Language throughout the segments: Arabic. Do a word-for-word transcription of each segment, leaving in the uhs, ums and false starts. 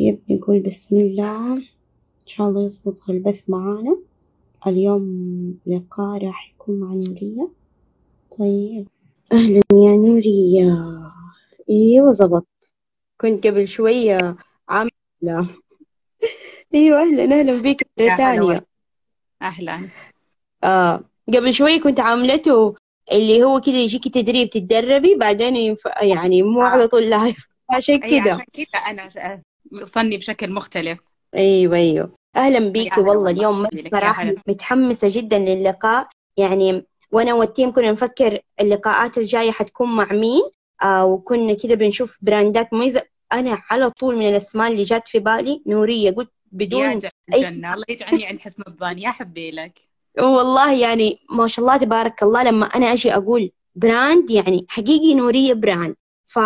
طيب نقول بسم الله، إن شاء الله يزبط هالبث معانا. اليوم لقاء راح يكون مع نورية. طيب أهلا يا نورية. أيوة زبط، كنت قبل شوية عاملة. أيوة أهلا أهلا بيك مرة يا هلا والله. تانية. أهلا. آه قبل شوية كنت عاملته، اللي هو كده يجيكي تدريب تتدربي بعدين ينف... يعني مو آه. على طول لايف عشان هي كده. عشان كذا أنا ش- وصلني بشكل مختلف. ايوه ايوه اهلا يا بيكي هلا والله. والله، اليوم أحيي لك، يا صراحه هلا. متحمسه جدا للقاء يعني. وانا والتيم كنا نفكر اللقاءات الجايه حتكون مع مين. آه وكنا كده بنشوف براندات مميزه. انا على طول من الاسماء اللي جات في بالي نوريه، قلت يا بدون جنة اي. الجنة، الله يجعلني عند حسن الظن، يا حبي لك. والله يعني ما شاء الله تبارك الله، لما أنا أجي أقول براند يعني حقيقي نورية براند.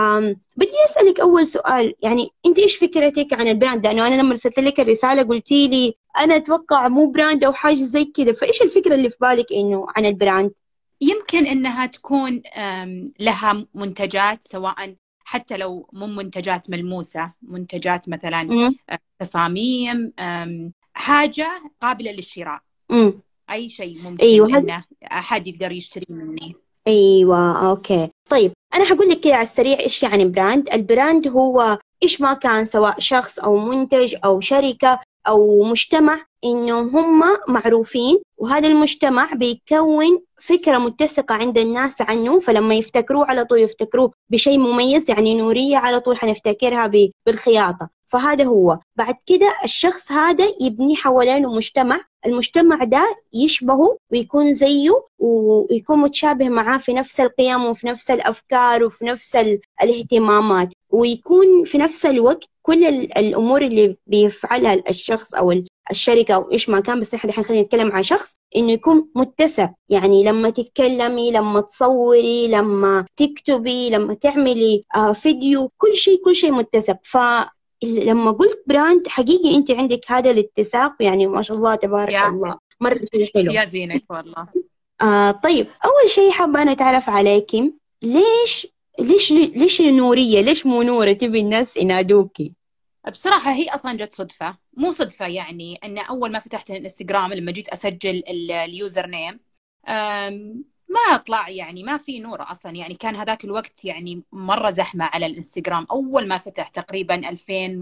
فبدي أسألك أول سؤال، يعني أنت إيش فكرتك عن البراند؟ لأنه أنا لما رسلت لك الرسالة قلتي لي أنا أتوقع مو براند أو حاجة زي كذا، فإيش الفكرة اللي في بالك إنه عن البراند؟ يمكن إنها تكون أم، لها منتجات، سواء حتى لو مو منتجات ملموسة، منتجات مثلا امم أه، تصاميم، أم، حاجة قابلة للشراء. امم أي شيء أيوه ممكن هذا. إنه أحد يقدر يشتري مني. ايوه اوكي طيب، انا حقول لك كده على السريع ايش يعني براند. البراند هو ايش ما كان، سواء شخص او منتج او شركة او مجتمع، انهم هم معروفين وهذا المجتمع بيكون فكرة متسقة عند الناس عنه، فلما يفتكروه على طول يفتكروه بشيء مميز. يعني نورية على طول حنفتكرها ب- بالخياطة. فهذا هو. بعد كده الشخص هذا يبني حوالينه مجتمع، المجتمع ده يشبهه ويكون زيه ويكون متشابه معاه في نفس القيم وفي نفس الأفكار وفي نفس ال- الاهتمامات، ويكون في نفس الوقت كل ال- الأمور اللي بيفعلها الشخص أو ال- الشركة أو إيش ما كان. بس إحنا الحين خلينا نتكلم عن شخص، إنه يكون متسق. يعني لما تتكلمي، لما تصوري، لما تكتبي، لما تعملي آه فيديو، كل شيء كل شيء متسق. ف لما قلت براند حقيقي انت عندك هذا الاتساق، يعني ما شاء الله تبارك يا الله، مرة شيء حلو. يا زينك والله. آه طيب أول شيء حابة أنا أتعرف عليكي. ليش ليش ليش نورية؟ ليش مو نورة تبي الناس ينادوكي؟ بصراحة هي أصلا جت صدفة، مو صدفة يعني، أن أول ما فتحت الانستغرام لما جيت أسجل ال- اليوزر نيم، أم، ما أطلع يعني، ما في نورة أصلا. يعني كان هذاك الوقت يعني مرة زحمة على الانستغرام، أول ما فتح تقريبا ألفين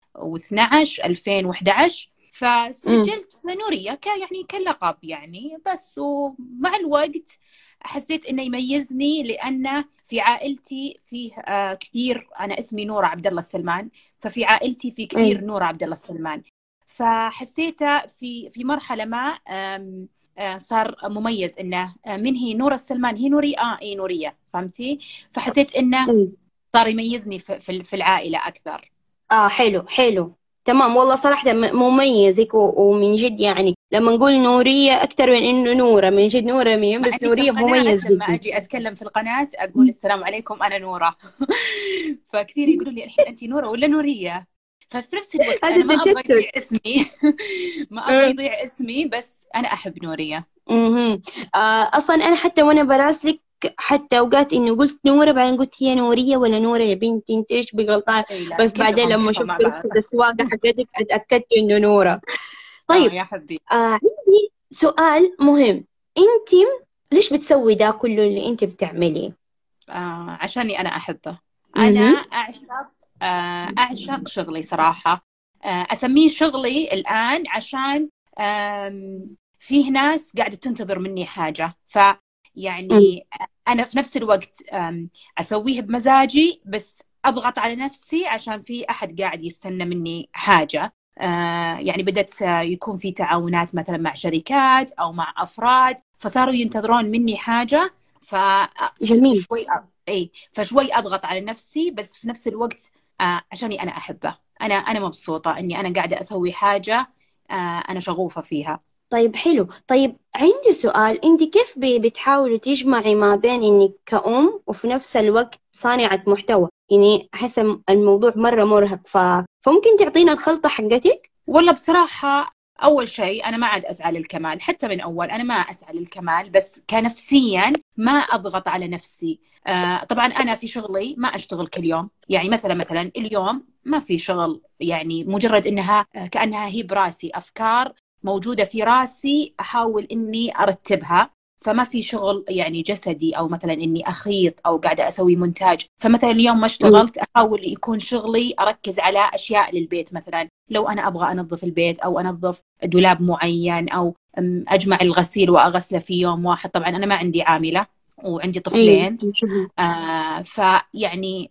واثناشر ألفين وأحد عشر. امم فسجلت نورية ك يعني كلقب يعني بس. ومع الوقت حسيت انه يميزني، لانه في عائلتي فيه آه، كثير، انا اسمي نورة عبد الله السلمان، ففي عائلتي في اي كثير نور عبد الله السلمان. فحسيته في في مرحله ما، آم، آه، صار مميز انه آه، من هي نورة السلمان، هي نوري اه اي نوريه، فهمتي؟ فحسيت انه اي صار يميزني في في في العائله اكثر. اه حلو حلو تمام. والله صراحة م- مميزك و- ومن جد، يعني لما نقول نورية أكثر من إنه نورة، من جد نورة مين، مع بس اني في نورية القناه مميز لما جدا. اجي اتكلم في القناه اقول السلام عليكم انا نوره. فكثير يقولوا لي الحين انت نوره ولا نوريه؟ ففي نفس الوقت هذا انا ما ابغى تشتت. يضيع اسمي. ما ابغى يضيع اسمي، بس انا احب نوريه. امم آه اصلا انا حتى وانا براسلك، حتى اوقات انه قلت نوره بعدين قلت هي نوريه ولا نوره يا بنتي، انت ايش بغلطان؟ اي لا، بس بعدين كلهم لما كلهم شفت مع بعض. رخصه السواقه حقتك اتاكدت انه نوره. اه طيب يا حبي. آه عندي سؤال مهم. انت ليش بتسوي ده كله اللي انت بتعمليه؟ آه عشاني انا احبه. انا امم اعشق، آه اعشق شغلي صراحه. آه اسميه شغلي الان عشان آم، فيه ناس قاعده تنتظر مني حاجه. ف يعني انا في نفس الوقت آم، اسويه بمزاجي، بس اضغط على نفسي عشان في احد قاعد يستنى مني حاجه. آه يعني بدأت آه، يكون في تعاونات مثلا مع شركات او مع افراد، فصاروا ينتظرون مني حاجه. جميل. فشوي اي فشوي اضغط على نفسي، بس في نفس الوقت آه عشاني انا احبه. انا انا مبسوطه اني انا قاعده اسوي حاجه آه انا شغوفه فيها. طيب حلو. طيب عندي سؤال، انت كيف ب- بتحاولي تجمعي ما بين انك كأم وفي نفس الوقت صانعة محتوى؟ يعني احس الموضوع مرة مرهق. ف... فممكن تعطينا الخلطة حقتك؟ والله بصراحه أول شيء أنا ما عاد أسعى للكمال، حتى من أول أنا ما أسعى للكمال، بس كنفسيا ما أضغط على نفسي. آه طبعا أنا في شغلي ما أشتغل كل يوم، يعني مثلا مثلا اليوم ما في شغل، يعني مجرد إنها كأنها هي براسي، أفكار موجودة في راسي أحاول إني أرتبها، فما في شغل يعني جسدي أو مثلا إني أخيط أو قاعدة أسوي مونتاج. فمثلا اليوم ما اشتغلت أحاول يكون شغلي أركز على أشياء للبيت، مثلا لو أنا أبغى أنظف البيت أو أنظف دولاب معين أو أجمع الغسيل وأغسله في يوم واحد. طبعا أنا ما عندي عاملة وعندي ايوه طفلين، شغل. آه فيعني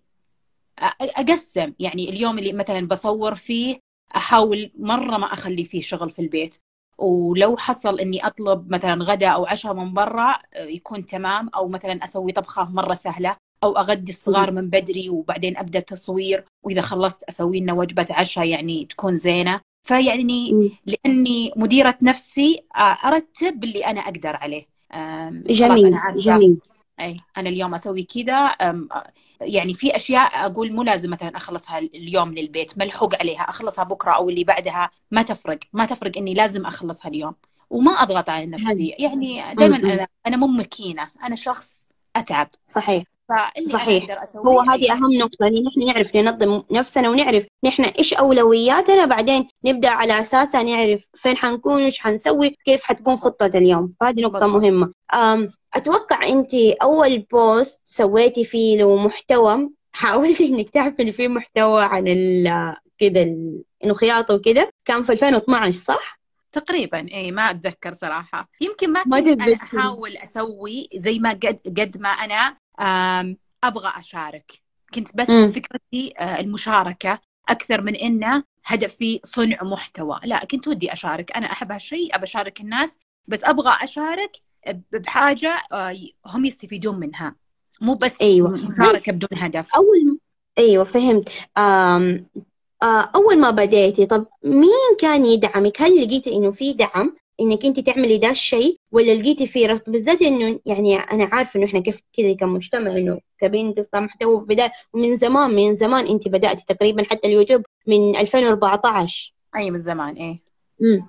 أقسم، يعني اليوم اللي مثلا بصور فيه أحاول مرة ما أخلي فيه شغل في البيت، ولو حصل إني أطلب مثلا غدا أو عشاء من برا يكون تمام، أو مثلا أسوي طبخة مرة سهلة، أو أغدي الصغار من بدري وبعدين أبدأ تصوير، وإذا خلصت أسوي لنا وجبة عشاء يعني تكون زينة. فيعني لأني مديرة نفسي أرتب اللي أنا أقدر عليه. خلاص أنا جميل عارفة جميل. أي أنا اليوم أسوي كذا، يعني في أشياء أقول مو لازم مثلا أخلصها اليوم للبيت، ملحوق عليها أخلصها بكرة أو اللي بعدها، ما تفرق ما تفرق إني لازم أخلصها اليوم، وما أضغط على نفسي. يعني دائما أنا أنا مو مكينة، أنا شخص أتعب، صحيح فاللي أنا صحيح. أقدر هو أسويه هذه أي. أهم نقطة، إن نحن نعرف ننظم نفسنا ونعرف نحن إيش أولوياتنا، بعدين نبدأ على أساسها نعرف فين حنكون وإيش حنسوي، كيف حتكون بالضبط خطة اليوم. فهذه نقطة بالضبط. مهمة. أم أتوقع أنت أول بوست سويتي فيه له محتوى، حاولتي إنك تعملي فيه محتوى عن ال كده ال- إنه خياطة وكده، كان في ألفين واثناشر صح؟ تقريبا اي، ما اتذكر صراحة. يمكن ما ما كنت انا تتذكري؟ احاول اسوي زي ما قد قد ما انا آم، ابغى اشارك. كنت بس امم فكرتي آه، المشاركة اكثر من انه هدفي صنع محتوى. لا، كنت ودي اشارك، انا احب هالشيء، ابى اشارك الناس، بس ابغى اشارك بحاجة آه، هم يستفيدون منها، مو بس أيوه. مشاركة بدون هدف. أول أيوه فهمت. أم... آه، أول ما بديتي، طب مين كان يدعمك؟ هل لقيتي إنه في دعم إنك أنت تعملي ده الشيء، ولا لقيتي في رفض؟ بالذات إنه يعني أنا عارفة إنه إحنا كيف كذا كمجتمع، إنه كبنت تصنع محتوى في بداية، ومن زمان من زمان أنت بدأتي تقريبا، حتى اليوتيوب من ألفين وأربعتاشر. اي من زمان ايه. امم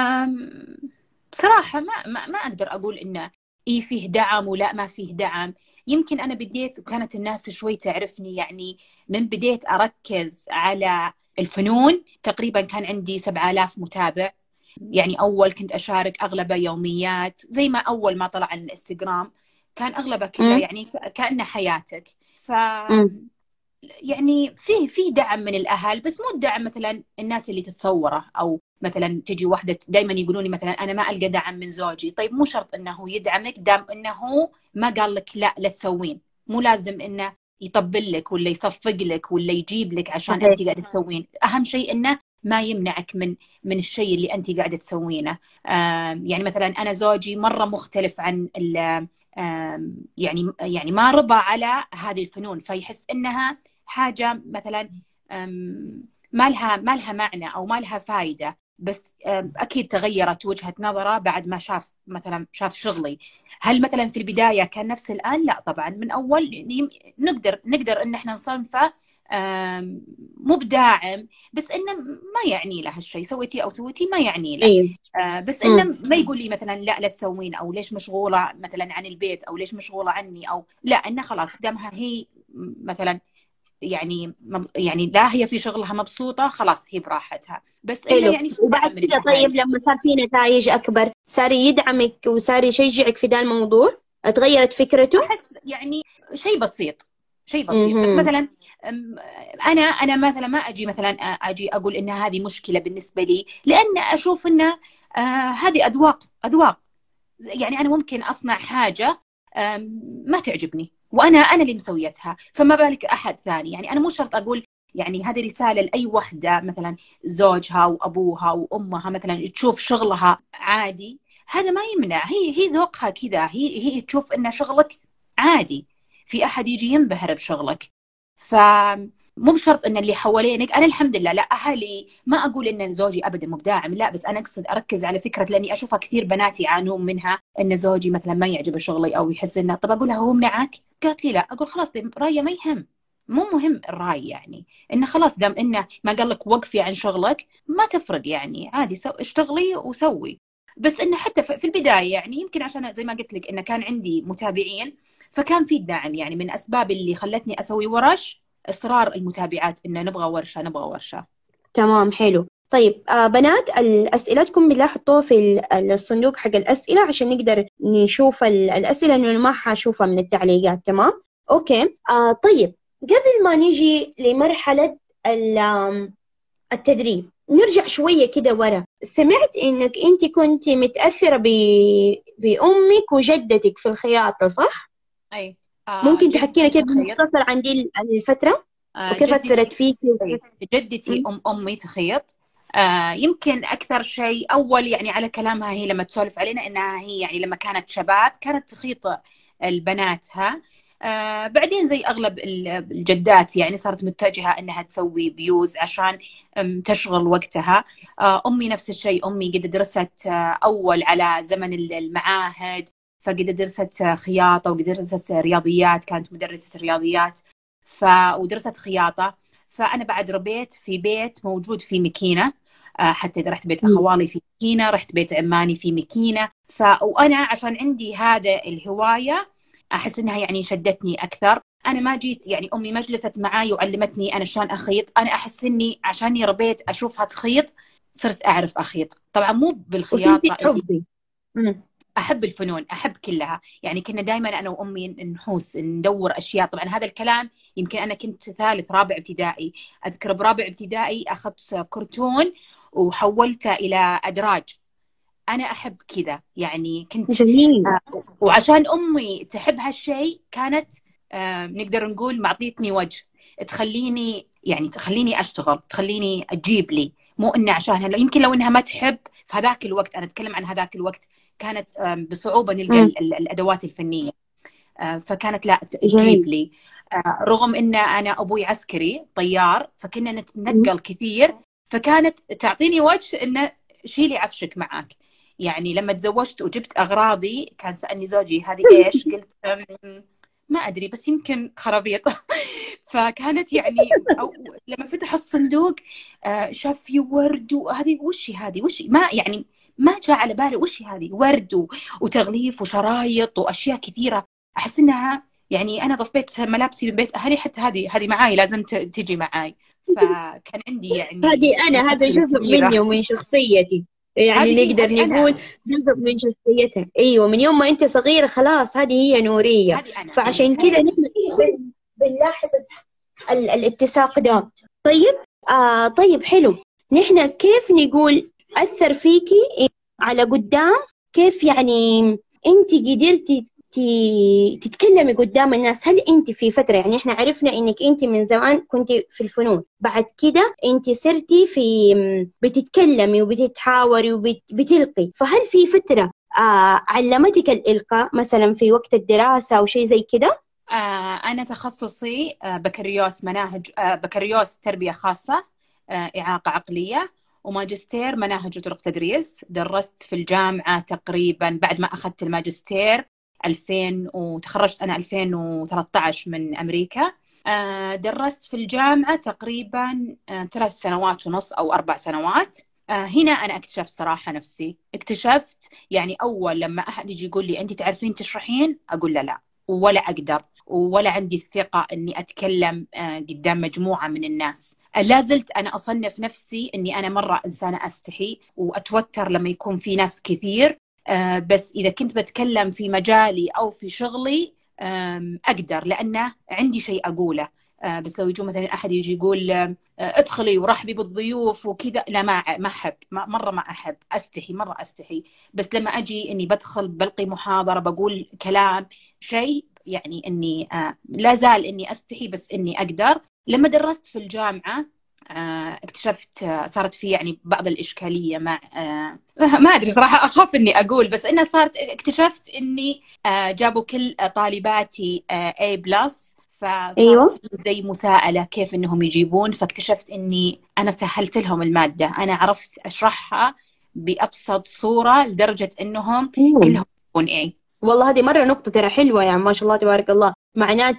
أم بصراحة ما, ما ما أقدر أقول إنه إيه فيه دعم ولا ما فيه دعم. يمكن أنا بديت وكانت الناس شوي تعرفني، يعني من بديت أركز على الفنون تقريبا كان عندي سبعة آلاف متابع. يعني أول كنت أشارك أغلبه يوميات، زي ما أول ما طلع الانستغرام كان أغلبه كله امم يعني كأنه حياتك. ف امم يعني فيه في دعم من الاهل، بس مو الدعم مثلا الناس اللي تتصوره، او مثلا تجي واحده دائما يقولون لي مثلا انا ما القى دعم من زوجي. طيب مو شرط انه يدعمك دام انه ما قال لك لا لا تسوين، مو لازم انه يطبل لك ولا يصفق لك ولا يجيب لك عشان صحيح. انت قاعده تسوين. اهم شيء انه ما يمنعك من من الشيء اللي انت قاعده تسوينه. يعني مثلا انا زوجي مره مختلف عن يعني يعني ما رضى على هذه الفنون، فيحس انها حاجة مثلا ما لها ما لها معنى أو ما لها فايدة. بس أكيد تغيرت وجهة نظره بعد ما شاف مثلا شاف شغلي. هل مثلا في البداية كان نفس الآن؟ لا طبعا، من أول نقدر نقدر إن إحنا نصنفه مو بداعم، بس إنه ما يعني له هالشيء، سويتي أو سويتي ما يعني له. أيوه. بس إنه امم ما يقول لي مثلا لا لا تسوين، أو ليش مشغولة مثلا عن البيت، أو ليش مشغولة عني، أو لا، إنه خلاص دامها هي مثلا يعني يعني لا هي في شغلها مبسوطة خلاص هي براحتها. بس إنه حلو. يعني في وبعد دعم من كده طيب، الأهل. لما صار في نتائج أكبر، صار يدعمك وصار يشجعك في ده الموضوع، تغيرت فكرته؟ أحس يعني شيء بسيط، شيء بسيط. بس امم مثلا أنا أنا مثلا ما أجي مثلا أجي أقول إن هذه مشكلة بالنسبة لي، لأن أشوف إن آه هذه أذواق أذواق. يعني أنا ممكن أصنع حاجة ما تعجبني وأنا أنا اللي مسويتها، فما بالك أحد ثاني. يعني أنا مو شرط أقول، يعني هذه رسالة لأي وحدة مثلا زوجها وأبوها وأمها مثلا تشوف شغلها عادي، هذا ما يمنع، هي هي ذوقها كذا، هي هي تشوف إن شغلك عادي، في أحد يجي ينبهر بشغلك. ف مو بشرط ان اللي حوالينك. انا الحمد لله لا اهلي، ما اقول ان زوجي ابدا مبداع، لا، بس انا اقصد اركز على فكره، لاني اشوفها كثير بنات يعانون منها، ان زوجي مثلا ما يعجبه شغلي او يحس انه، طب اقول لها هو منعك؟ قالت لي لا. اقول خلاص رايه ما يهم، مو مهم الراي، يعني انه خلاص دام انه ما قال لك وقفي عن شغلك ما تفرق، يعني عادي سو اشتغلي وسوي. بس انه حتى في البدايه يعني يمكن عشان زي ما قلت لك انه كان عندي متابعين، فكان في دعم. يعني من اسباب اللي خلتني اسوي ورش اصرار المتابعات انه نبغى ورشه نبغى ورشه. تمام، حلو. طيب آه بنات، أسئلتكم بالله حطوها في الصندوق حق الأسئلة عشان نقدر نشوف الأسئلة، إنه ما حشوفها من التعليقات. تمام، أوكي. آه طيب، قبل ما نيجي لمرحلة التدريب نرجع شوية كده ورا. سمعت إنك أنت كنت متأثرة ب... بأمك وجدتك في الخياطة، صح؟ أي. آه ممكن تحكينا جدتي كده تخيط. بالمختصر عن دي الفترة آه وكيف أثرت جدتي فيك أي. وكيف؟ جدتي أم أمي تخيط. آه يمكن أكثر شيء أول يعني على كلامها هي لما تسولف علينا إنها هي يعني لما كانت شباب كانت تخيط البناتها. آه بعدين زي أغلب الجدات يعني صارت متجهة إنها تسوي بيوز عشان تشغل وقتها. آه أمي نفس الشيء، أمي قد درست آه أول على زمن المعاهد، فقد درست خياطة وقد درست رياضيات، كانت مدرسة رياضيات. ف ودرست خياطة. فأنا بعد ربيت في بيت موجود في مكينة. حتى إذا رحت بيت أخوالي في مكينة، رحت بيت عماني في مكينة. ف... وأنا عشان عندي هذا الهواية أحس إنها يعني شدتني أكثر. أنا ما جيت يعني أمي ما جلست معاي وعلمتني أنا شلون أخيط، أنا أحس إني عشاني ربيت أشوفها تخيط صرت أعرف أخيط. طبعا مو بالخياطة حبي. أحب الفنون، أحب كلها. يعني كنا دائما أنا وأمي نحوس ندور أشياء. طبعا هذا الكلام يمكن أنا كنت ثالث رابع ابتدائي. أذكر برابع ابتدائي أخذت كرتون وحولته إلى أدراج. أنا أحب كذا يعني كنت. جميل. آه وعشان أمي تحب هالشيء كانت آه نقدر نقول معطيتني وجه تخليني يعني تخليني أشتغل، تخليني أجيب لي. مو إنه عشانها، يمكن لو إنها ما تحب في هذاك الوقت، أنا أتكلم عن هذاك الوقت، كانت بصعوبة نلقى م. الأدوات الفنية. فكانت لا تجيب لي. رغم إن أنا أبوي عسكري طيار فكنا نتنقل كثير، فكانت تعطيني وجه إنه شيلي عفشك معاك. يعني لما تزوجت وجبت أغراضي كان سألني زوجي هذه إيش؟ قلت ما أدري بس يمكن خرابيط. فكانت يعني أو لما فتح الصندوق شاف في ورد وهذه وشي هذه وشي ما يعني ما جاء على بالي وشي هذه ورد وتغليف وشرايط وأشياء كثيرة. أحس إنها يعني أنا ضفيت ملابسي من بيت أهلي، حتى هذه هذه معاي لازم تجي معاي. فكان عندي يعني هذه أنا هذا جزء مني ومن شخصيتي، يعني نقدر نقول جزء من شخصيتها. أيوة، من يوم ما أنت صغيرة خلاص هذه هي نورية. فعشان كذا نحن بنلاحظ الاتساق ده. طيب آه طيب حلو. نحن كيف نقول أثر فيكي على قدام؟ كيف يعني أنت قدرتي تتكلمي قدام الناس؟ هل أنت في فترة يعني إحنا عرفنا إنك أنت من زمان كنت في الفنون، بعد كده أنت صرتي في بتتكلمي وبتتحاوري وبتلقي، فهل في فترة آه علمتك الإلقاء مثلا في وقت الدراسة أو شيء زي كده؟ آه أنا تخصصي آه بكالوريوس مناهج آه بكالوريوس تربية خاصة، آه إعاقة عقلية، وماجستير مناهج وطرق تدريس. درست في الجامعة تقريبا بعد ما أخذت الماجستير ألفين وتخرجت أنا ألفين وثلاثة عشر من أمريكا. آه درست في الجامعة تقريبا آه ثلاث سنوات ونص أو أربع سنوات. آه هنا أنا اكتشفت صراحة نفسي، اكتشفت يعني أول لما أحد يجي يقول لي أنت تعرفين تشرحين، أقول له لا ولا أقدر ولا عندي الثقة أني أتكلم قدام مجموعة من الناس. لا زلت أنا أصنف نفسي أني أنا مرة إنسانة أستحي وأتوتر لما يكون في ناس كثير. بس إذا كنت بتكلم في مجالي أو في شغلي أقدر، لأنه عندي شيء أقوله. بس لو يجوا مثلا أحد يجي يقول ادخلي ورحبي بالضيوف وكذا، لا ما ما أحب، مرة ما أحب، أستحي مرة أستحي. بس لما أجي إني بدخل بلقي محاضرة بقول كلام شيء يعني إني آه لا زال إني أستحي بس إني أقدر. لما درست في الجامعة آه اكتشفت آه صارت في يعني بعض الإشكالية مع آه ما أدري صراحة، أخاف إني أقول، بس إنها صارت اكتشفت إني آه جابوا كل طالباتي آه A بلس، فصار أيوة. زي مساءلة كيف إنهم يجيبون، فاكتشفت إني أنا سهلت لهم المادة، أنا عرفت أشرحها بأبسط صورة لدرجة إنهم أيوة. كلهم يكون A. والله هذه مرة نقطة ترى حلوة يعني، ما شاء الله تبارك الله. معناته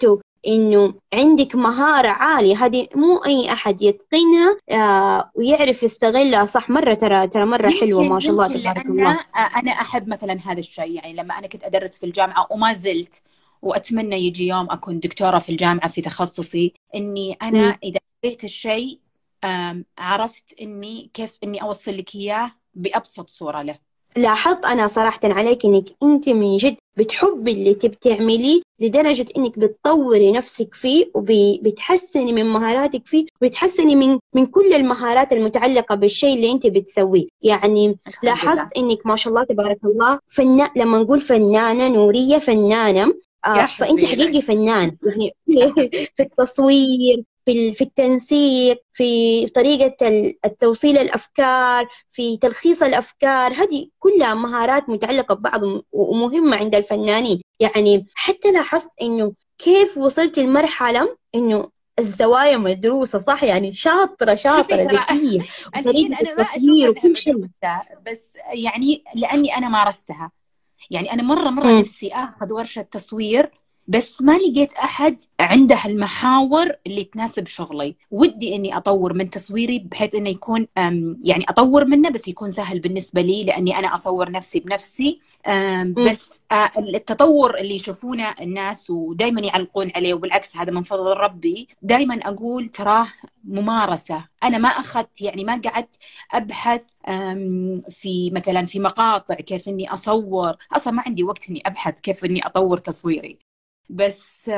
إنه عندك مهارة عالية، هذه مو أي أحد يتقنها آه ويعرف يستغلها صح. مرة ترى ترى مرة حلوة يمكن ما شاء الله يمكن تبارك لأن الله. أنا أحب مثلا هذا الشيء. يعني لما أنا كنت أدرس في الجامعة وما زلت، وأتمنى يجي يوم أكون دكتورة في الجامعة في تخصصي، إني أنا م. إذا حبيت الشيء عرفت إني كيف إني أوصل لك إياه بأبسط صورة له. لاحظت أنا صراحة عليك إنك أنت من جد بتحبي اللي تبي تعمليه لدرجة إنك بتطوري نفسك فيه وبتحسني من مهاراتك فيه، وبتحسني من من كل المهارات المتعلقة بالشيء اللي أنت بتسويه. يعني الحمد لله. لاحظت إنك ما شاء الله تبارك الله فنان. لما نقول فنانة نورية فنانة يا آه فأنت حبيبي حقيقي فنان يعني يا حبيبي. في التصوير، في في التنسيق، في طريقة التوصيل الأفكار، في تلخيص الأفكار. هذه كلها مهارات متعلقة ببعض ومهمة عند الفنانين. يعني حتى لاحظت إنه كيف وصلت لمرحلة إنه الزوايا مدروسة صح، يعني شاطرة شوفي شاطرة ترى ذكية، الحين وطريقة أنا ما أشوف التصوير أنها وكل شيء. مدروسة، بس يعني لأني أنا مارستها. يعني أنا مرة مرة مم. نفسي أخذ ورشة تصوير، بس ما لقيت أحد عنده المحاور اللي تناسب شغلي. ودي إني أطور من تصويري بحيث إنه يكون يعني أطور منه بس يكون سهل بالنسبة لي، لأني أنا أصور نفسي بنفسي. مم. بس التطور اللي يشوفونه الناس ودايما يعلقون عليه، وبالعكس هذا من فضل ربي، دايما أقول تراه ممارسة. أنا ما أخذت يعني ما قعدت أبحث في مثلا في مقاطع كيف إني أصور. أصلا ما عندي وقت إني أبحث كيف إني أطور تصويري. بس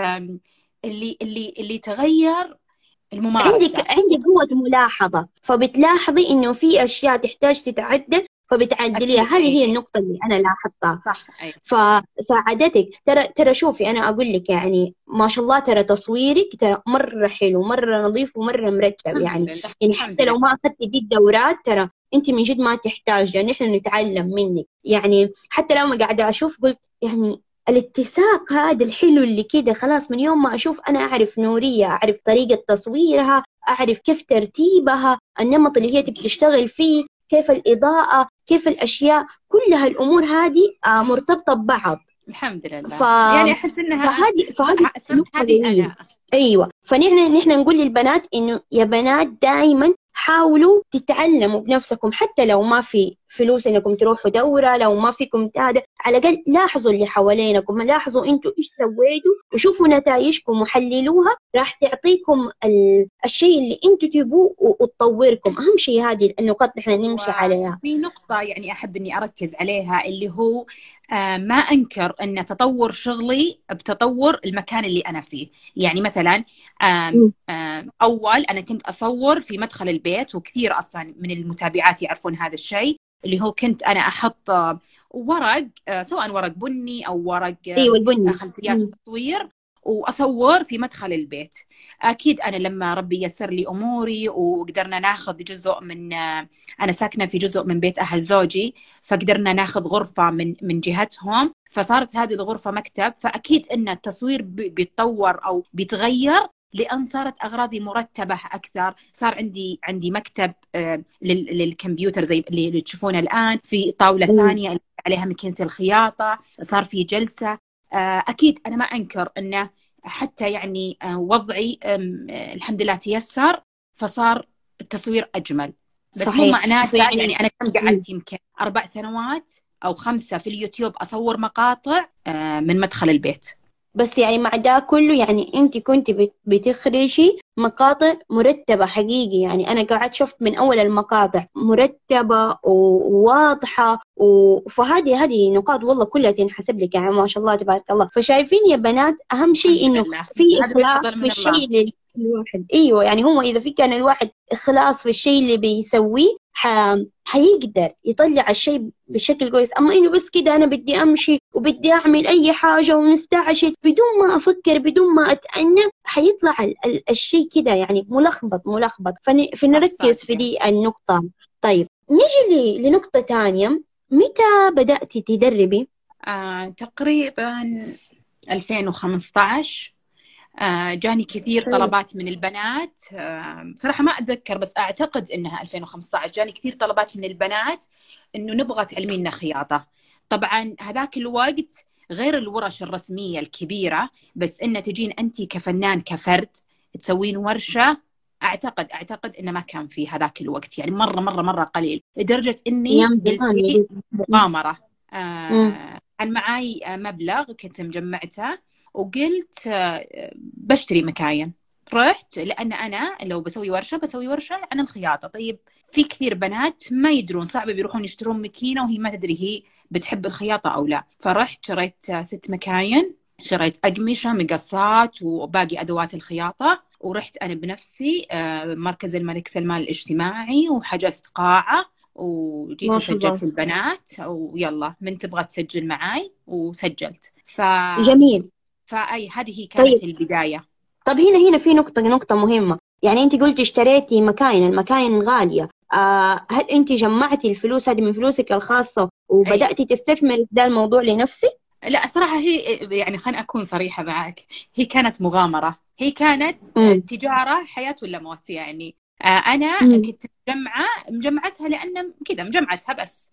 اللي اللي اللي تغير الممارسة. عندك عندك قوة ملاحظة، فبتلاحظي إنه في أشياء تحتاج تتعدل فبتعدليها. أكيد. هذه أي هي أي النقطة اللي أنا لاحظتها. صح. أي فساعدتك. ترى ترى شوفي أنا أقول لك يعني ما شاء الله ترى تصويرك ترى مرة حلو، مرة نظيف، ومرة مرتب. الحمد يعني لله. يعني الحمد حتى لو ما لله. أخذتي دي الدورات ترى أنت من جد ما تحتاج، يعني إحنا نتعلم منك. يعني حتى لو ما قاعدة أشوف قلت يعني الاتساق هذا الحلو اللي كده خلاص. من يوم ما أشوف أنا أعرف نورية، أعرف طريقة تصويرها، أعرف كيف ترتيبها، النمط اللي هي تبي تشتغل فيه، كيف الإضاءة، كيف الأشياء، كلها الأمور هذه مرتبطة ببعض. الحمد ف... لله. يعني أحس إنها فهذه فهذه صرت نقطة هذه جميلة. أنا. أيوة، فنحن نحن نقول للبنات إنه يا بنات دائما حاولوا تتعلموا بنفسكم، حتى لو ما في فلوس إنكم تروحوا دورة، لو ما فيكم هذا، على الأقل لاحظوا اللي حوالينكم، لاحظوا أنتوا إيش سويتوا وشوفوا نتائجكم وحللوها، راح تعطيكم ال... الشيء اللي أنتوا تبوه وتطوركم. أهم شيء هذه النقاط نحن نمشي عليها. وفي نقطة يعني أحب إني أركز عليها، اللي هو آه ما أنكر أن تطور شغلي بتطور المكان اللي أنا فيه. يعني مثلا آم آم أول أنا كنت أصور في مدخل البيت، وكثير أصلا من المتابعات يعرفون هذا الشيء، اللي هو كنت أنا أحط ورق آه سواء ورق بني أو ورق أيوة البني. خلفيات تصوير، وأصور في مدخل البيت. أكيد أنا لما ربي يسر لي أموري وقدرنا ناخذ جزء من، أنا ساكنة في جزء من بيت أهل زوجي، فقدرنا ناخذ غرفة من من جهتهم، فصارت هذه الغرفة مكتب. فأكيد أن التصوير بيتطور أو بيتغير، لأن صارت أغراضي مرتبة أكثر. صار عندي عندي مكتب آه للكمبيوتر زي اللي تشوفونه الآن، في طاولة ثانية اللي عليها ماكينة الخياطة، صار في جلسة. آه أكيد أنا ما أنكر أنه حتى يعني وضعي الحمد لله تيسر، فصار التصوير أجمل. بس صحيح. مو معناته يعني, يعني أنا كم قعدت يمكن أربع سنوات أو خمسة في اليوتيوب أصور مقاطع من مدخل البيت. بس يعني مع ده كله يعني أنت كنت بتخرجي مقاطع مرتبة حقيقي. يعني أنا قاعد شفت من أول المقاطع مرتبة وواضحة، فهذه هذه نقاط والله كلها تنحسب لك يعني ما شاء الله تبارك الله. فشايفين يا بنات أهم شيء إنه في إخلاص في الشيء اللي الواحد. أيوة يعني هو إذا في كان الواحد إخلاص في الشيء اللي بيسويه ح... حيقدر يطلع الشيء بشكل كويس. أما إنه بس كده أنا بدي أمشي وبدي أعمل أي حاجة ومستعجل بدون ما أفكر بدون ما أتأنى، حيطلع ال... ال... الشيء كده يعني ملخبط ملخبط. فن... فنركز في دي النقطة. طيب نيجي ل... لنقطة تانية. متى بدأتي تدربي؟ آه، تقريبا ألفين وخمسة عشر. آه جاني كثير طلبات من البنات. آه صراحة ما أتذكر، بس أعتقد إنها ألفين وخمسة عشر. جاني كثير طلبات من البنات إنه نبغى تعلمينا خياطة. طبعا هذاك الوقت غير الورش الرسمية الكبيرة، بس إن تجين أنت كفنان كفرد تسوين ورشة، أعتقد أعتقد إنه ما كان في هذاك الوقت، يعني مرة مرة مرة قليل، لدرجة إني أيام قلت زمان يا لي بنت. مغامرة. مم. آه كان معاي مبلغ كنت مجمعته، وقلت آه بشتري مكاين. رحت، لأن أنا لو بسوي ورشة بسوي ورشة عن الخياطة. طيب في كثير بنات ما يدرون، صعب بيروحون يشترون مكينة وهي ما تدري هي بتحب الخياطة أو لا. فرحت شريت ست مكاين، شريت أقمشة، مقصات، وباقي أدوات الخياطة، ورحت أنا بنفسي مركز الملك سلمان الاجتماعي وحجزت قاعة، وجيت ما شاء الله. وسجلت البنات، ويلا من تبغى تسجل معاي، وسجلت. ف جميل. فأي هذه هي طيب كانت البداية. طب هنا هنا في نقطة نقطة مهمة. يعني أنت قلتي اشتريتي مكاين، المكاين غالية. آه هل أنت جمعتي الفلوس هذه من فلوسك الخاصة أي وبدأتي تستثمري في ده الموضوع لنفسك؟ لا صراحة هي، يعني خليني أكون صريحة معك، هي كانت مغامرة، هي كانت امم. تجارة حياة ولا موت يعني. أنا امم. كنت مجمعة مجمعتها لأن كذا مجمعتها بس.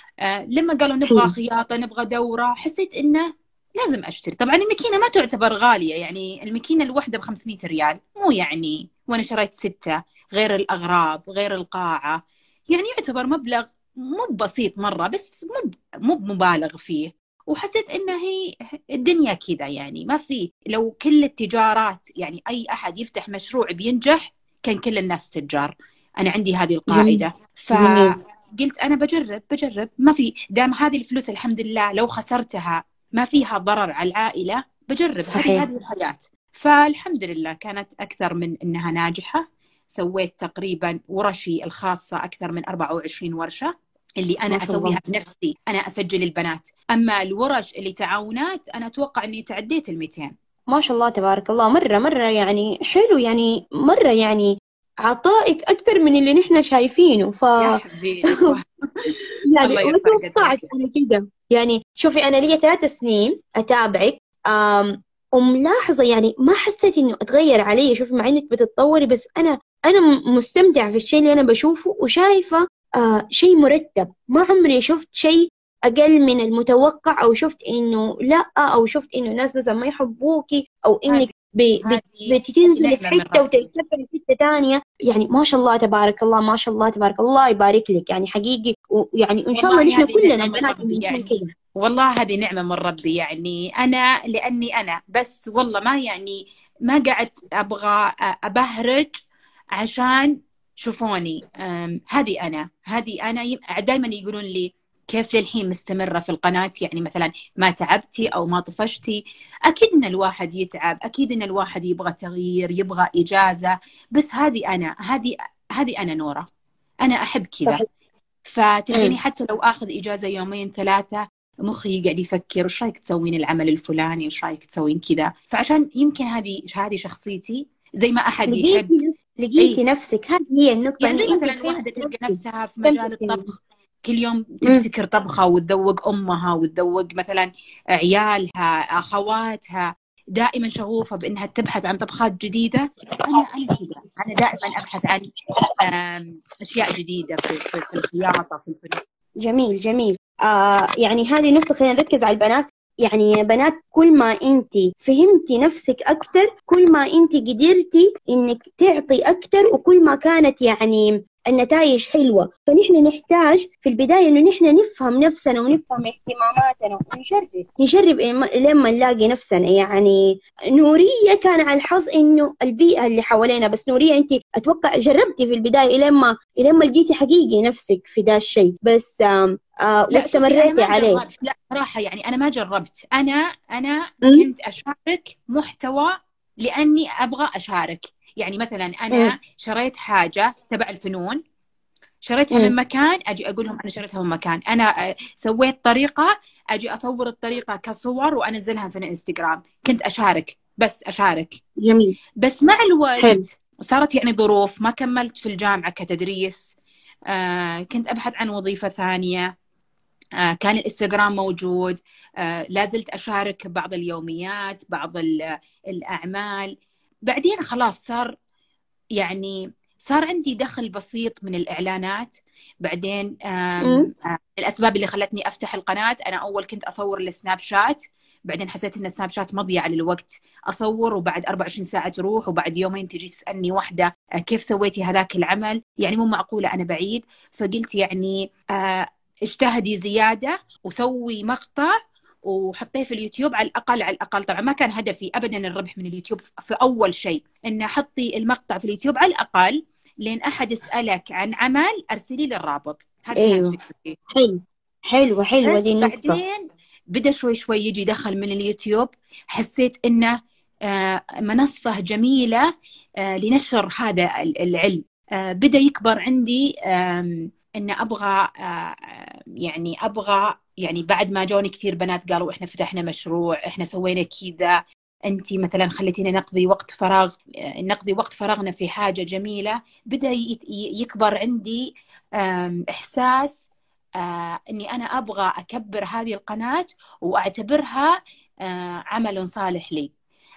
لما قالوا نبغى حلو. خياطة، نبغى دورة، حسيت إنه لازم أشتري. طبعا الماكينة ما تعتبر غالية، يعني الماكينة الواحدة بخمسمية ريال، مو يعني، وأنا شريت ستة، غير الأغراض غير القاعة، يعني يعتبر مبلغ مو بسيط مرة، بس مو مو مبالغ فيه. وحسيت إنه هي الدنيا كذا، يعني ما في، لو كل التجارات يعني أي أحد يفتح مشروع بينجح كان كل الناس تجار. أنا عندي هذه جميل. القاعدة. ف جميل. قلت أنا بجرب بجرب ما في، دام هذه الفلوس الحمد لله لو خسرتها ما فيها ضرر على العائلة، بجرب، هذه صحيح. هذه الحياة. فالحمد لله كانت أكثر من إنها ناجحة. سويت تقريبا ورشي الخاصة أكثر من أربعة وعشرين ورشة، اللي أنا ما شاء الله. أسويها بنفسي، أنا أسجل البنات. أما الورش اللي تعاونات أنا أتوقع أني تعديت الميتين. ما شاء الله تبارك الله. مرة مرة يعني حلو، يعني مرة يعني عطائك أكثر من اللي نحن شايفينه. ف يا حبيبي الله. يعني الله ما يرفع توقعت قدرك. أنا كده. يعني شوفي أنا لي ثلاث سنين أتابعك. أم وملاحظة يعني ما حسيت إنه أتغير علي. شوفي مع إنك بتتطوري، بس أنا أنا م- مستمتعة في الشيء اللي أنا بشوفه، وشايفة آه شيء مرتب. ما عمري شفت شيء أقل من المتوقع، أو شفت إنه لا، أو شفت إنه الناس مثلا ما يحبوكي، أو إنك هذه ب- ب- هذه هذه بتنزلي في نعمة من حتة ربي. وترتفعي في حتة تانية. يعني ما شاء الله تبارك الله، ما شاء الله تبارك الله، يبارك لك يعني حقيقي. ويعني إن شاء الله والله نحن هذه كلنا نعمة من البنات ربي اللي نكون يعني، كذا. والله هذه نعمة من ربي يعني. أنا لأني أنا بس، والله ما يعني ما قعدت أبغى أبهرج عشان شوفوني. أم، هذه أنا هذه أنا ي- دائما يقولون لي كيف للحين مستمرة في القناة، يعني مثلا ما تعبتي أو ما طفشتي؟ أكيد إن الواحد يتعب، أكيد إن الواحد يبغى تغيير، يبغى إجازة، بس هذه أنا هذه هذه أنا نورة، أنا أحب كذا. صحيح. فتلقيني امم. حتى لو اخذ اجازه يومين ثلاثه، مخي قاعد يفكر وش رايك تسوين العمل الفلاني، وش رايك تسوين كذا. فعشان يمكن هذه هذه شخصيتي، زي ما احد يحب. لقيتي نف- لقيتي اي نفسك. هذه هي النقطة، يعني إنه زي أنت مثلا فهمتي واحده تلقى نفسك. نفسها في مجال استمتعتي. الطبخ، كل يوم امم. تبتكر طبخه وتذوق امها وتذوق مثلا عيالها اخواتها، دائما شغوفه بانها تبحث عن طبخات جديده. انا انا كذا، انا دائما ابحث عن آم، اشياء جديده في في, في الخياطه، في الفنون. جميل. جميل. آه يعني هذه نقطة، خلينا نركز على البنات. يعني يا بنات، كل ما انت فهمتي نفسك اكتر، كل ما انت قدرتي انك تعطي اكتر، وكل ما كانت يعني النتائج حلوة. فنحن نحتاج في البداية انه نحن نفهم نفسنا ونفهم اهتماماتنا ونجرب نجرب إما- لما نلاقي نفسنا. يعني نورية كان على الحظ انه البيئة اللي حوالينا، بس نورية انت اتوقع جربتي في البداية لما لما لقيتي حقيقي نفسك في ده الشيء، بس آم آه لا شوفي انا واستمريتي ما عليه. جربت، لا صراحه يعني انا ما جربت. انا انا م- كنت اشارك محتوى لاني ابغى اشارك. يعني مثلا م- انا شريت حاجه تبع الفنون، شريتها م. من مكان، اجي اقول لهم انا شريتها من مكان، انا آه، سويت طريقه، اجي اصور الطريقه كصور وانزلها في الانستغرام. كنت اشارك، بس اشارك. جميل. بس مع حلو. الوقت صارت يعني ظروف، ما كملت في الجامعه كتدريس. آه كنت ابحث عن وظيفه ثانيه. آه، كان الانستغرام موجود. آه، لازلت أشارك بعض اليوميات، بعض الأعمال. بعدين خلاص صار يعني صار عندي دخل بسيط من الإعلانات. بعدين م- آم، آه، الأسباب اللي خلتني أفتح القناة، أنا أول كنت أصور السناب شات، بعدين حسيت ان السناب شات مضيعة للوقت، اصور وبعد أربعة وعشرين ساعة تروح، وبعد يومين تجي تسألني واحدة كيف سويتي هذاك العمل، يعني مو معقولة انا بعيد. فقلت يعني آه اجتهدي زيادة وسوي مقطع وحطيه في اليوتيوب على الأقل على الأقل. طبعا ما كان هدفي أبدا الربح من اليوتيوب في أول شيء، إن حطي المقطع في اليوتيوب على الأقل لين أحد يسألك عن عمل أرسلي لي الرابط. هذه كانت ايوه فكرتي. حلو، حلوة حلوة بس دي النقطة. بعدين بدأ شوي شوي يجي دخل من اليوتيوب، حسيت إنه آه منصة جميلة آه لنشر هذا العلم. آه بدأ يكبر عندي آه إن أبغى آه يعني أبغى يعني بعد ما جوني كثير بنات قالوا إحنا فتحنا مشروع، إحنا سوينا كذا، أنتي مثلا خليتينا نقضي وقت فراغ نقضي وقت فراغنا في حاجة جميلة. بدأ يكبر عندي إحساس آه أني أنا أبغى أكبر هذه القناة وأعتبرها آه عمل صالح لي.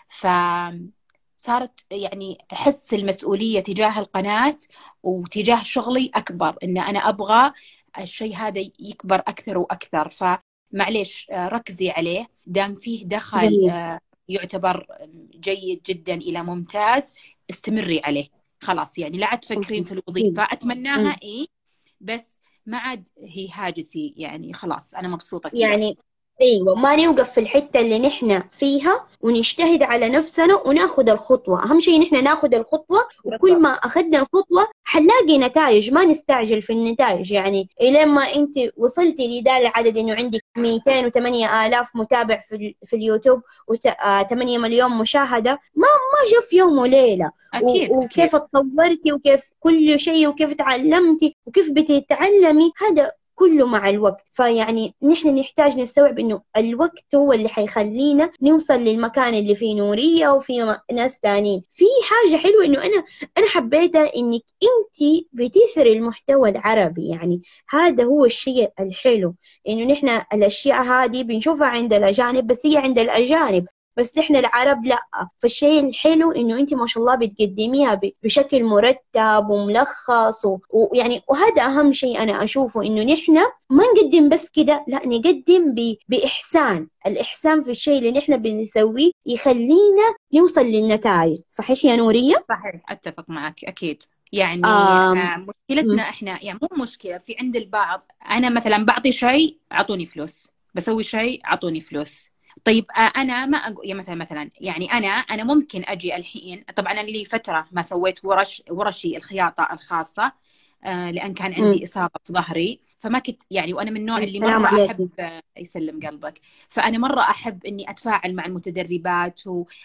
فصارت يعني أحس المسؤولية تجاه القناة وتجاه شغلي أكبر، أن أنا أبغى الشيء هذا يكبر أكثر وأكثر. فمعليش آه ركزي عليه، دام فيه دخل آه يعتبر جيد جدا إلى ممتاز، استمري عليه. خلاص يعني لا عاد تفكرين في الوظيفة، أتمناها إيه بس ما عاد هي هاجسي، يعني خلاص أنا مبسوطة كذا. يعني ايوه، ما نوقف في الحته اللي نحن فيها ونجتهد على نفسنا وناخذ الخطوه. اهم شيء نحن ناخذ الخطوه، وكل ما اخذنا الخطوه حنلاقي نتائج. ما نستعجل في النتائج، يعني الين ما انت وصلتي لذا العدد انه عندك مئتين وثمانية آلاف متابع في, في اليوتيوب وثمانية مليون مشاهده، ما ما جاء في يوم وليله. أكيد وكيف أكيد. تطورتي وكيف كل شيء وكيف تعلمتي وكيف بتتعلمي، هذا كله مع الوقت. فيعني نحن نحتاج نستوعب انه الوقت هو اللي حيخلينا نوصل للمكان اللي فيه نورية وفي ناس تانيين. في حاجة حلوة انه انا انا حبيتها، انك انتي بتثري المحتوى العربي. يعني هذا هو الشيء الحلو، انه نحن الاشياء هذه بنشوفها عند الاجانب بس هي عند الاجانب، بس احنا العرب لا. فالشيء الحلو انه انت ما شاء الله بتقدميها بشكل مرتب وملخص، ويعني وهذا اهم شيء انا اشوفه، انه نحن ما نقدم بس كده، لا نقدم باحسان. الاحسان في الشيء اللي نحن بنسويه يخلينا نوصل للنتائج. صحيح يا نورية؟ صحيح، اتفق معك اكيد. يعني آه مشكلتنا م. احنا يعني مو مشكلة في عند البعض، انا مثلا بعطي شيء اعطوني فلوس، بسوي شيء اعطوني فلوس. طيب أنا ما أقول يعني مثلا مثلا يعني أنا أنا ممكن أجي الحين، طبعا أنا لي فترة ما سويت ورش ورشي الخياطة الخاصة آه لأن كان عندي م. إصابة في ظهري، فما كنت يعني، وأنا من النوع اللي مرة عليكي. أحب آه يسلم قلبك، فأنا مرة أحب إني أتفاعل مع المتدربات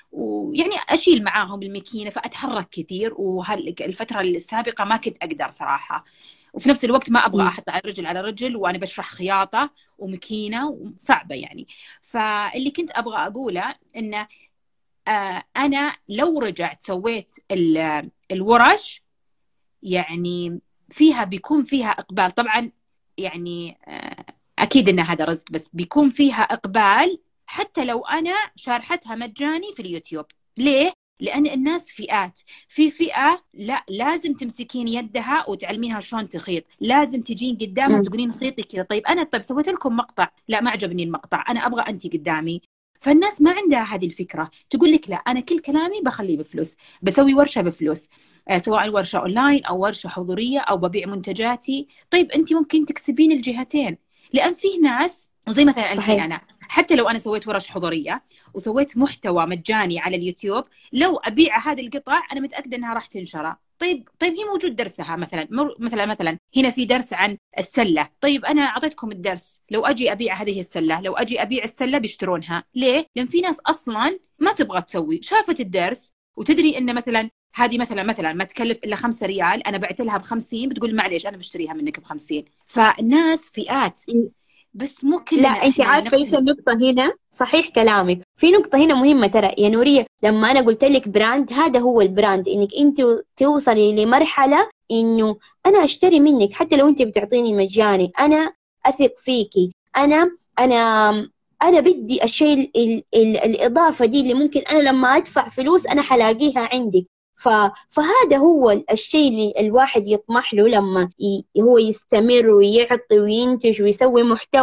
ويعني و... أشيل معاهم الماكينة، فأتحرك كثير، وهالفترة السابقة ما كنت أقدر صراحة. وفي نفس الوقت ما أبغى أحط على رجل على رجل وأنا بشرح خياطة ومكينة صعبة يعني. فاللي كنت أبغى أقوله إنه آه أنا لو رجعت سويت الورش يعني فيها بيكون فيها إقبال طبعا، يعني آه أكيد إن هذا رزق، بس بيكون فيها إقبال حتى لو أنا شارحتها مجاني في اليوتيوب. ليه؟ لأن الناس فئات، في فئة لا لازم تمسكين يدها وتعلمينها شلون تخيط، لازم تجين قدامها وتقولين خيطي كذا. طيب أنا طيب سويت لكم مقطع، لا ما عجبني المقطع، أنا أبغى أنت قدامي. فالناس ما عندها هذه الفكرة، تقول لك لا أنا كل كلامي بخليه بفلوس، بسوي ورشة بفلوس، سواء ورشة أونلاين أو ورشة حضورية أو ببيع منتجاتي. طيب أنت ممكن تكسبين الجهتين، لأن فيه ناس وزي مثلا الحين أنا حتى لو أنا سويت ورش حضورية وسويت محتوى مجاني على اليوتيوب، لو أبيع هذه القطع أنا متأكدة أنها راح تنشر. طيب طيب هي موجود درسها مثلا مثلا مثلا هنا في درس عن السلة، طيب أنا أعطيتكم الدرس، لو أجي أبيع هذه السلة، لو أجي أبيع السلة بيشترونها. ليه؟ لأن في ناس أصلا ما تبغى تسوي، شافت الدرس وتدري إن مثلا هذه مثلا مثلا ما تكلف إلا خمسة ريال، أنا بعت لها بخمسين، بتقول معليش أنا بشتريها منك بخمسين. فالناس فئات، بس مو كلنا. لا انت عارفه ايش النقطه هنا؟ صحيح كلامك، في نقطه هنا مهمه ترى يا نوريه. لما انا قلت لك براند، هذا هو البراند، انك انت توصلي لمرحله انه انا اشتري منك حتى لو انت بتعطيني مجاني، انا اثق فيكي، انا انا انا بدي الشيء ال ال الاضافه دي اللي ممكن انا لما ادفع فلوس انا حلاقيها عندك. فهذا هو الشيء اللي الواحد يطمح له لما هو يستمر ويعطي وينتج ويسوي محتوى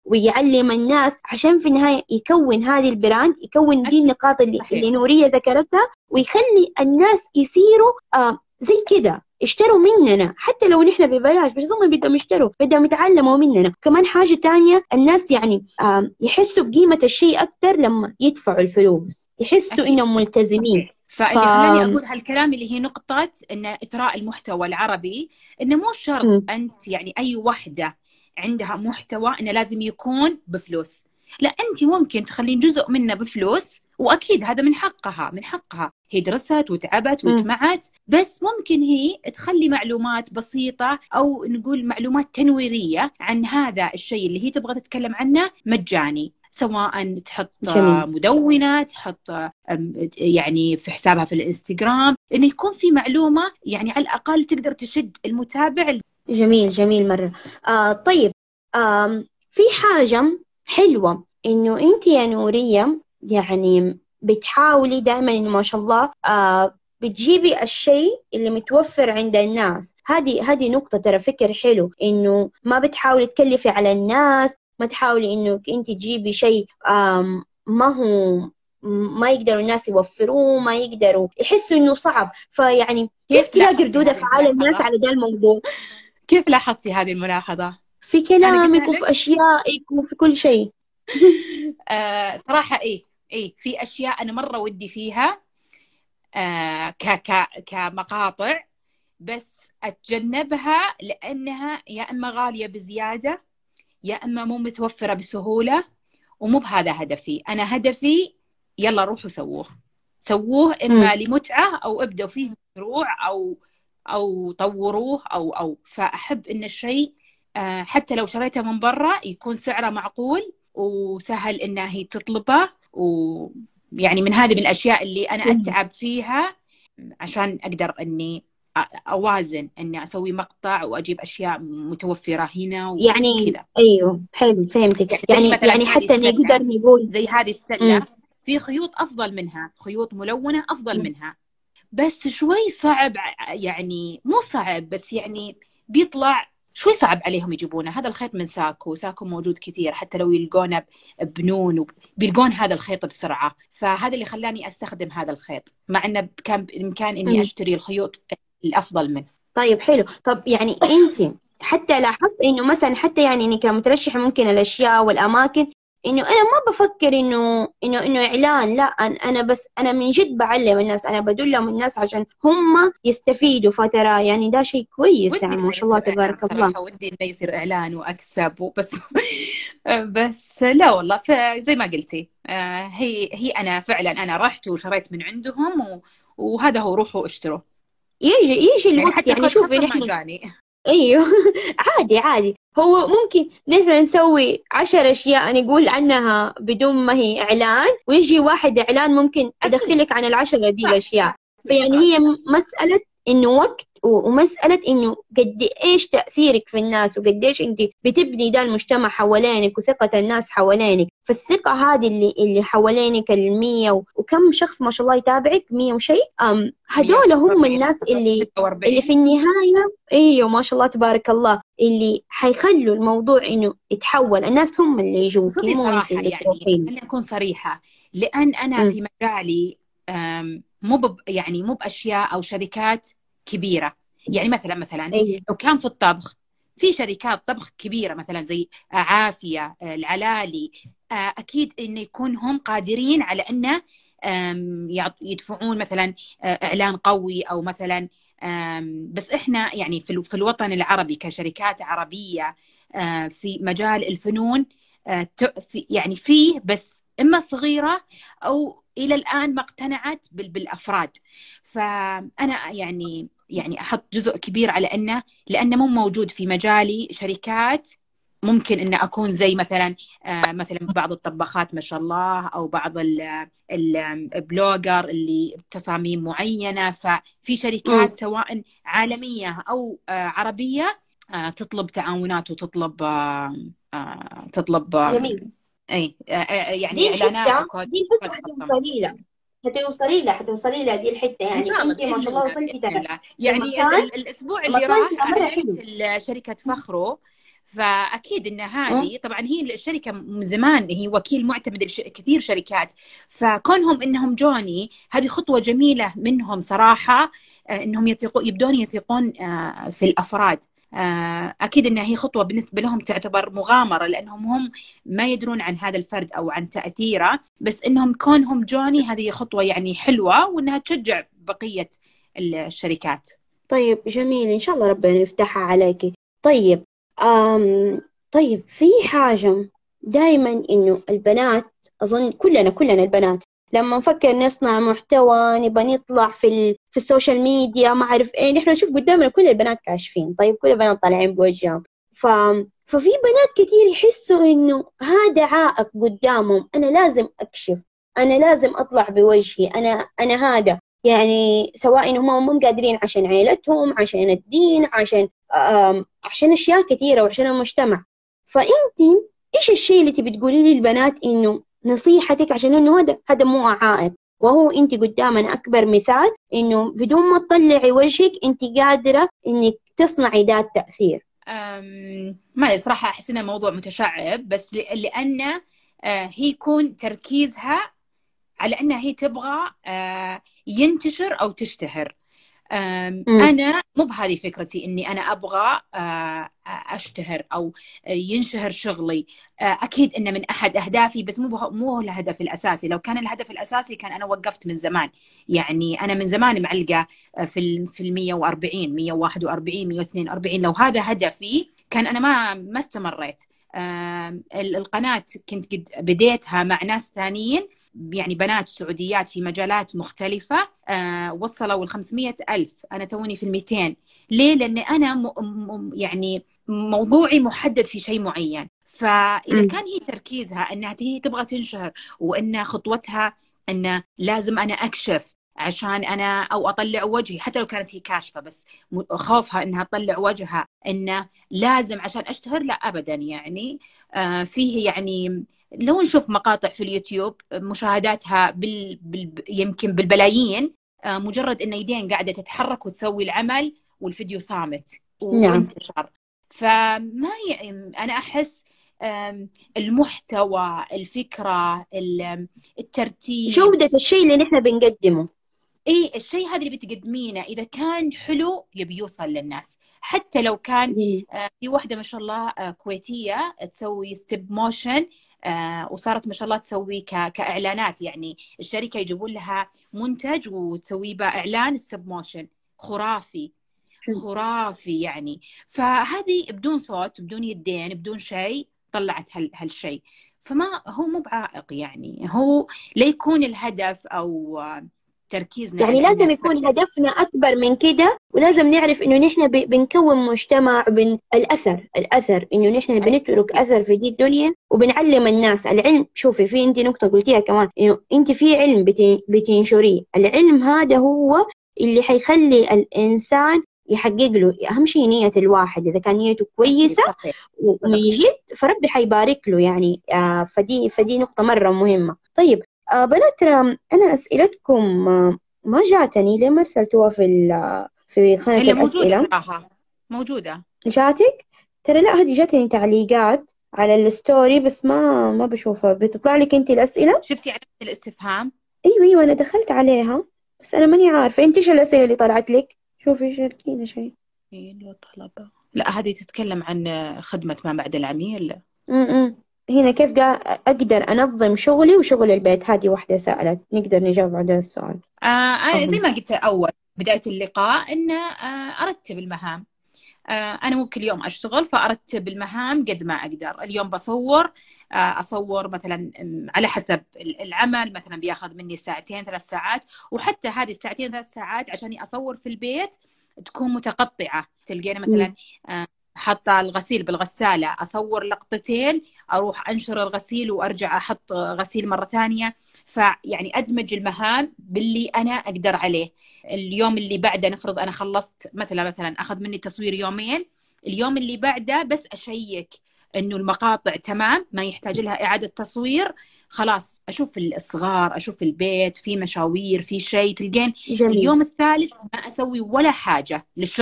ويعلم الناس، عشان في النهاية يكون هذه البراند، يكون دي النقاط اللي, اللي نورية ذكرتها، ويخلي الناس يصيروا آه زي كده اشتروا مننا حتى لو نحن ببلاش، بس هم بدهم يشتروا، بدهم يتعلموا مننا. كمان حاجة تانية، الناس يعني آه يحسوا بقيمة الشيء أكتر لما يدفعوا الفلوس، يحسوا إنهم ملتزمين. فاللي ف... خلاني أقول هالكلام اللي هي نقطة إن إثراء المحتوى العربي، إنه مو شرط م. أنت يعني أي وحدة عندها محتوى إنه لازم يكون بفلوس، لا أنت ممكن تخلين جزء منه بفلوس، وأكيد هذا من حقها، من حقها هي درست وتعبت وجمعت، بس ممكن هي تخلي معلومات بسيطة أو نقول معلومات تنويرية عن هذا الشيء اللي هي تبغى تتكلم عنه مجاني، سواء تحط جميل. مدونة، تحط يعني في حسابها في الانستغرام، إنه يكون في معلومة يعني على الأقل تقدر تشد المتابع. جميل جميل مرة. آه طيب، آه في حاجة حلوة إنه أنت يا نورية يعني بتحاولي دائما إنه ما شاء الله آه بتجيبي الشيء اللي متوفر عند الناس. هذه هذه نقطة ترى، فكر حلو، إنه ما بتحاولي تكلفي على الناس، ما تحاولي إنه أنت تجيبي شيء آه ما هو ما يقدروا الناس يوفروه، ما يقدروا يحسوا إنه صعب. فيعني كيف تلاقي ردود أفعال الناس على ذا الموضوع؟ كيف لاحظتي هذه الملاحظة؟ في كلامك وفي أشيائك وفي كل شيء. آه صراحة إيه إيه في أشياء أنا مرة ودي فيها آه ك ك كمقاطع، بس أتجنبها لأنها يا إما غالية بزيادة، يا إما مو متوفرة بسهولة، ومو بهذا هدفي. أنا هدفي يلا روحوا سووه سووه إما م. لمتعة، أو ابدأوا فيه مشروع، أو أو طوروه، أو أو فأحب إن الشيء آه حتى لو شريته من برا يكون سعره معقول وسهل إنها هي تطلبه. ويعني من هذه من الأشياء اللي أنا أتعب فيها عشان أقدر إني أوازن إني أسوي مقطع وأجيب أشياء متوفرة هنا و... يعني كذا. أيوه حلو فهمتك. يعني يعني, يعني حتى نقدر نقول زي هذه السلة م. في خيوط أفضل منها، خيوط ملونة أفضل م. منها، بس شوي صعب، يعني مو صعب بس يعني بيطلع شوي صعب عليهم يجيبونه. هذا الخيط من ساكو، ساكو موجود كثير، حتى لو يلقونه بنون بيلقون هذا الخيط بسرعة. فهذا اللي خلاني أستخدم هذا الخيط، مع أنه كان بإمكان إني أشتري الخيوط الأفضل منه. طيب حلو. طب يعني أنت حتى لاحظت إنه مثلا حتى يعني إنك لما ترشح ممكن الأشياء والأماكن، إنه أنا ما بفكر إنه إنه إنه إعلان، لا أنا بس أنا من جد بعلم الناس، أنا بدلهم الناس عشان هم يستفيدوا. فترى يعني ده شيء كويس يعني ما شاء الله تبارك الله. ودي إنه يصير إعلان وأكسب بس بس لا والله، زي ما قلتي هي هي أنا فعلا أنا رحت وشريت من عندهم، وهذا هو، روحوا اشتروا. يجي يجي الوقت يعني, يعني شوفي نحن مجاني. ايوه عادي عادي. هو ممكن نحن نسوي عشر اشياء نقول عنها بدون ما هي اعلان، ويجي واحد اعلان ممكن يدخلك عن العشرة دي الاشياء. فيعني هي مسألة انه وقت، ومسألة انه قد ايش تأثيرك في الناس، وقد ايش انت بتبني ده المجتمع حوالينك وثقة الناس حوالينك. فالثقة هذه اللي اللي حوالينك المية وكم شخص ما شاء الله يتابعك، مية وشيء، ام هدول هم الناس اللي اللي في النهاية ايوه ما شاء الله تبارك الله اللي حيخلوا الموضوع انه يتحول. الناس هم اللي يجوكي، مو انت اللي يعني خلينا نكون صريحة، لان انا م. في مجالي مو ب يعني مو باشياء او شركات كبيره. يعني مثلا مثلا أيه. لو كان في الطبخ في شركات طبخ كبيره مثلا زي عافيه، العلالي، اكيد انه يكون هم قادرين على انه يدفعون مثلا اعلان قوي او مثلا. بس احنا يعني في الوطن العربي كشركات عربيه في مجال الفنون يعني فيه، بس اما صغيره او الى الان ما اقتنعت بالافراد. فانا يعني يعني احط جزء كبير على انه لانه مو موجود في مجالي شركات ممكن ان اكون زي مثلا مثلا بعض الطباخات ما شاء الله، او بعض البلوجر اللي تصاميم معينه. ففي شركات سواء عالميه او عربيه تطلب تعاونات وتطلب تطلب جميل. اي يعني دي اعلانات وكود دي الحته حتوصلي لها حتوصلي لها حتوصلي لها دي الحته. يعني انت ما شاء الله وصلتي ترى يعني الاسبوع اللي راح رحت شركه فخرو، فأكيد إن هذه طبعا هي الشركة من زمان هي وكيل معتمد لكثير شركات، فكونهم إنهم جوني هذه خطوة جميلة منهم صراحة، إنهم يثقون يبدون يثقون في الأفراد. أكيد إنها هي خطوة بالنسبة لهم تعتبر مغامرة، لأنهم هم ما يدرون عن هذا الفرد أو عن تأثيره، بس إنهم كونهم جوني هذه خطوة يعني حلوة، وإنها تشجع بقية الشركات. طيب جميل، إن شاء الله ربنا يفتحها عليك. طيب أم طيب في حاجة دائما إنه البنات، أظن كلنا كلنا البنات لما نفكر نصنع محتوى نبغى نطلع في ال... في السوشيال ميديا ما أعرف إيه، نحن نشوف قدامنا كل البنات كاشفين، طيب كل البنات طالعين بوجههم، ف... ففي بنات كتير يحسوا إنه هذا عائق قدامهم، أنا لازم أكشف، أنا لازم أطلع بوجهي، أنا أنا هذا يعني، سواء إنهم هم قادرين عشان عائلتهم، عشان الدين، عشان عشان أشياء كثيرة، وعشان المجتمع. فأنتي إيش الشيء اللي تبي تقولي لي البنات إنه نصيحتك، عشان إنه هذا هذا مو عائق، وهو أنت قدامنا أكبر مثال إنه بدون ما تطلعي وجهك أنت قادرة إنك تصنعي ذات تأثير. أم ما صراحة أحس إنه موضوع متشعب، بس لأن آه هي يكون تركيزها على أنها هي تبغى آه ينتشر أو تشتهر. أنا مو بهذه فكرتي إني أنا أبغى أشتهر أو ينشهر شغلي. أكيد إنه من أحد أهدافي، بس مو مو الهدف الأساسي. لو كان الهدف الأساسي كان أنا وقفت من زمان. يعني أنا من زمان معلقة في ال في المية وأربعين مية وواحد وأربعين مية واثنين وأربعين. لو هذا هدفي كان أنا ما ما استمريت. القناة كنت قد بديتها مع ناس ثانيين، يعني بنات سعوديات في مجالات مختلفة، آه وصلوا الخمسمية ألف، أنا توني في الميتين. ليه؟ لأن أنا م م يعني موضوعي محدد في شيء معين. فإذا كان هي تركيزها أنها هي تبغى تنشهر، وأن خطوتها أن لازم أنا أكشف عشان أنا أو أطلع وجهي، حتى لو كانت هي كاشفة، بس خوفها أنها تطلع وجهها أنه لازم عشان أشتهر، لا أبدا. يعني آه فيه يعني لو نشوف مقاطع في اليوتيوب مشاهداتها بال... بال... يمكن بالبلايين، آه مجرد أن يدين قاعدة تتحرك وتسوي العمل والفيديو صامت وانتشر. فما ي... أنا أحس المحتوى، الفكرة، الترتيب، جودة الشيء اللي نحن بنقدمه، ايه الشيء هذا اللي بتقدمينه إذا كان حلو يبي يوصل للناس. حتى لو كان آه في واحدة ما شاء الله آه كويتية تسوي ستيب موشن، آه وصارت ما شاء الله تسوي كإعلانات، يعني الشركة يجيبون لها منتج وتسوي به إعلان ستيب موشن. خرافي خرافي يعني. فهذه بدون صوت، بدون يدين، بدون شيء، طلعت هالشيء. فما هو مو بعائق، يعني هو ليكون الهدف أو آه تركيزنا يعني لازم يكون هدفنا أكبر من كده، ولازم نعرف إنه نحن بنكون مجتمع، بن... الأثر الأثر إنه نحن بنترك أثر في دي الدنيا وبنعلم الناس العلم. شوفي في أنت نقطة قلتيها كمان، إنه أنت في علم بتنشريه، العلم هذا هو اللي حيخلي الإنسان يحقق له أهم شيء نية الواحد. إذا كان نيته كويسة ومن جد فربي حيبارك له يعني. آه فدي فدي نقطة مرة مهمة. طيب آه بنات، أنا أسئلتكم آه ما جاتني، ليه ما أرسلتوها في في خانة الأسئلة؟ موجودة صراحة، موجودة. جاتك؟ ترى لا، هذه جاتني تعليقات على الستوري بس ما ما بشوفها. بتطلع لك أنت الأسئلة؟ شفتي علامة الاستفهام؟ أيوة أيوة أنا دخلت عليها، بس أنا ماني عارفة أنت إيش الأسئلة اللي طلعت لك. شوفي شاركينا شيء. طلبة، لا هذه تتكلم عن خدمة ما بعد العميل. امم هنا كيف أقدر أنظم شغلي وشغل البيت؟ هذه واحدة سألت، نقدر نجاوب على السؤال. آه أنا زي ما قلت أول بداية اللقاء إن آه أرتب المهام. آه أنا مو كل يوم أشتغل، فأرتب المهام قد ما أقدر. اليوم بصور، آه أصور مثلا على حسب العمل، مثلا بياخذ مني ساعتين ثلاث ساعات، وحتى هذه الساعتين ثلاث ساعات عشان أصور في البيت تكون متقطعة. تلقينا مثلا آه حاطة الغسيل بالغسالة، أصور لقطتين، أروح أنشر الغسيل وأرجع أحط غسيل مرة ثانية. فيعني أدمج المهام باللي أنا أقدر عليه. اليوم اللي بعده نفرض أنا خلصت مثلا مثلا أخذ مني تصوير يومين، اليوم اللي بعده بس أشيك إنه المقاطع تمام ما يحتاج لها إعادة تصوير، خلاص أشوف الصغار، أشوف البيت، في مشاوير، في شيء، تلقين جميل. اليوم الثالث ما أسوي ولا حاجة للشغل،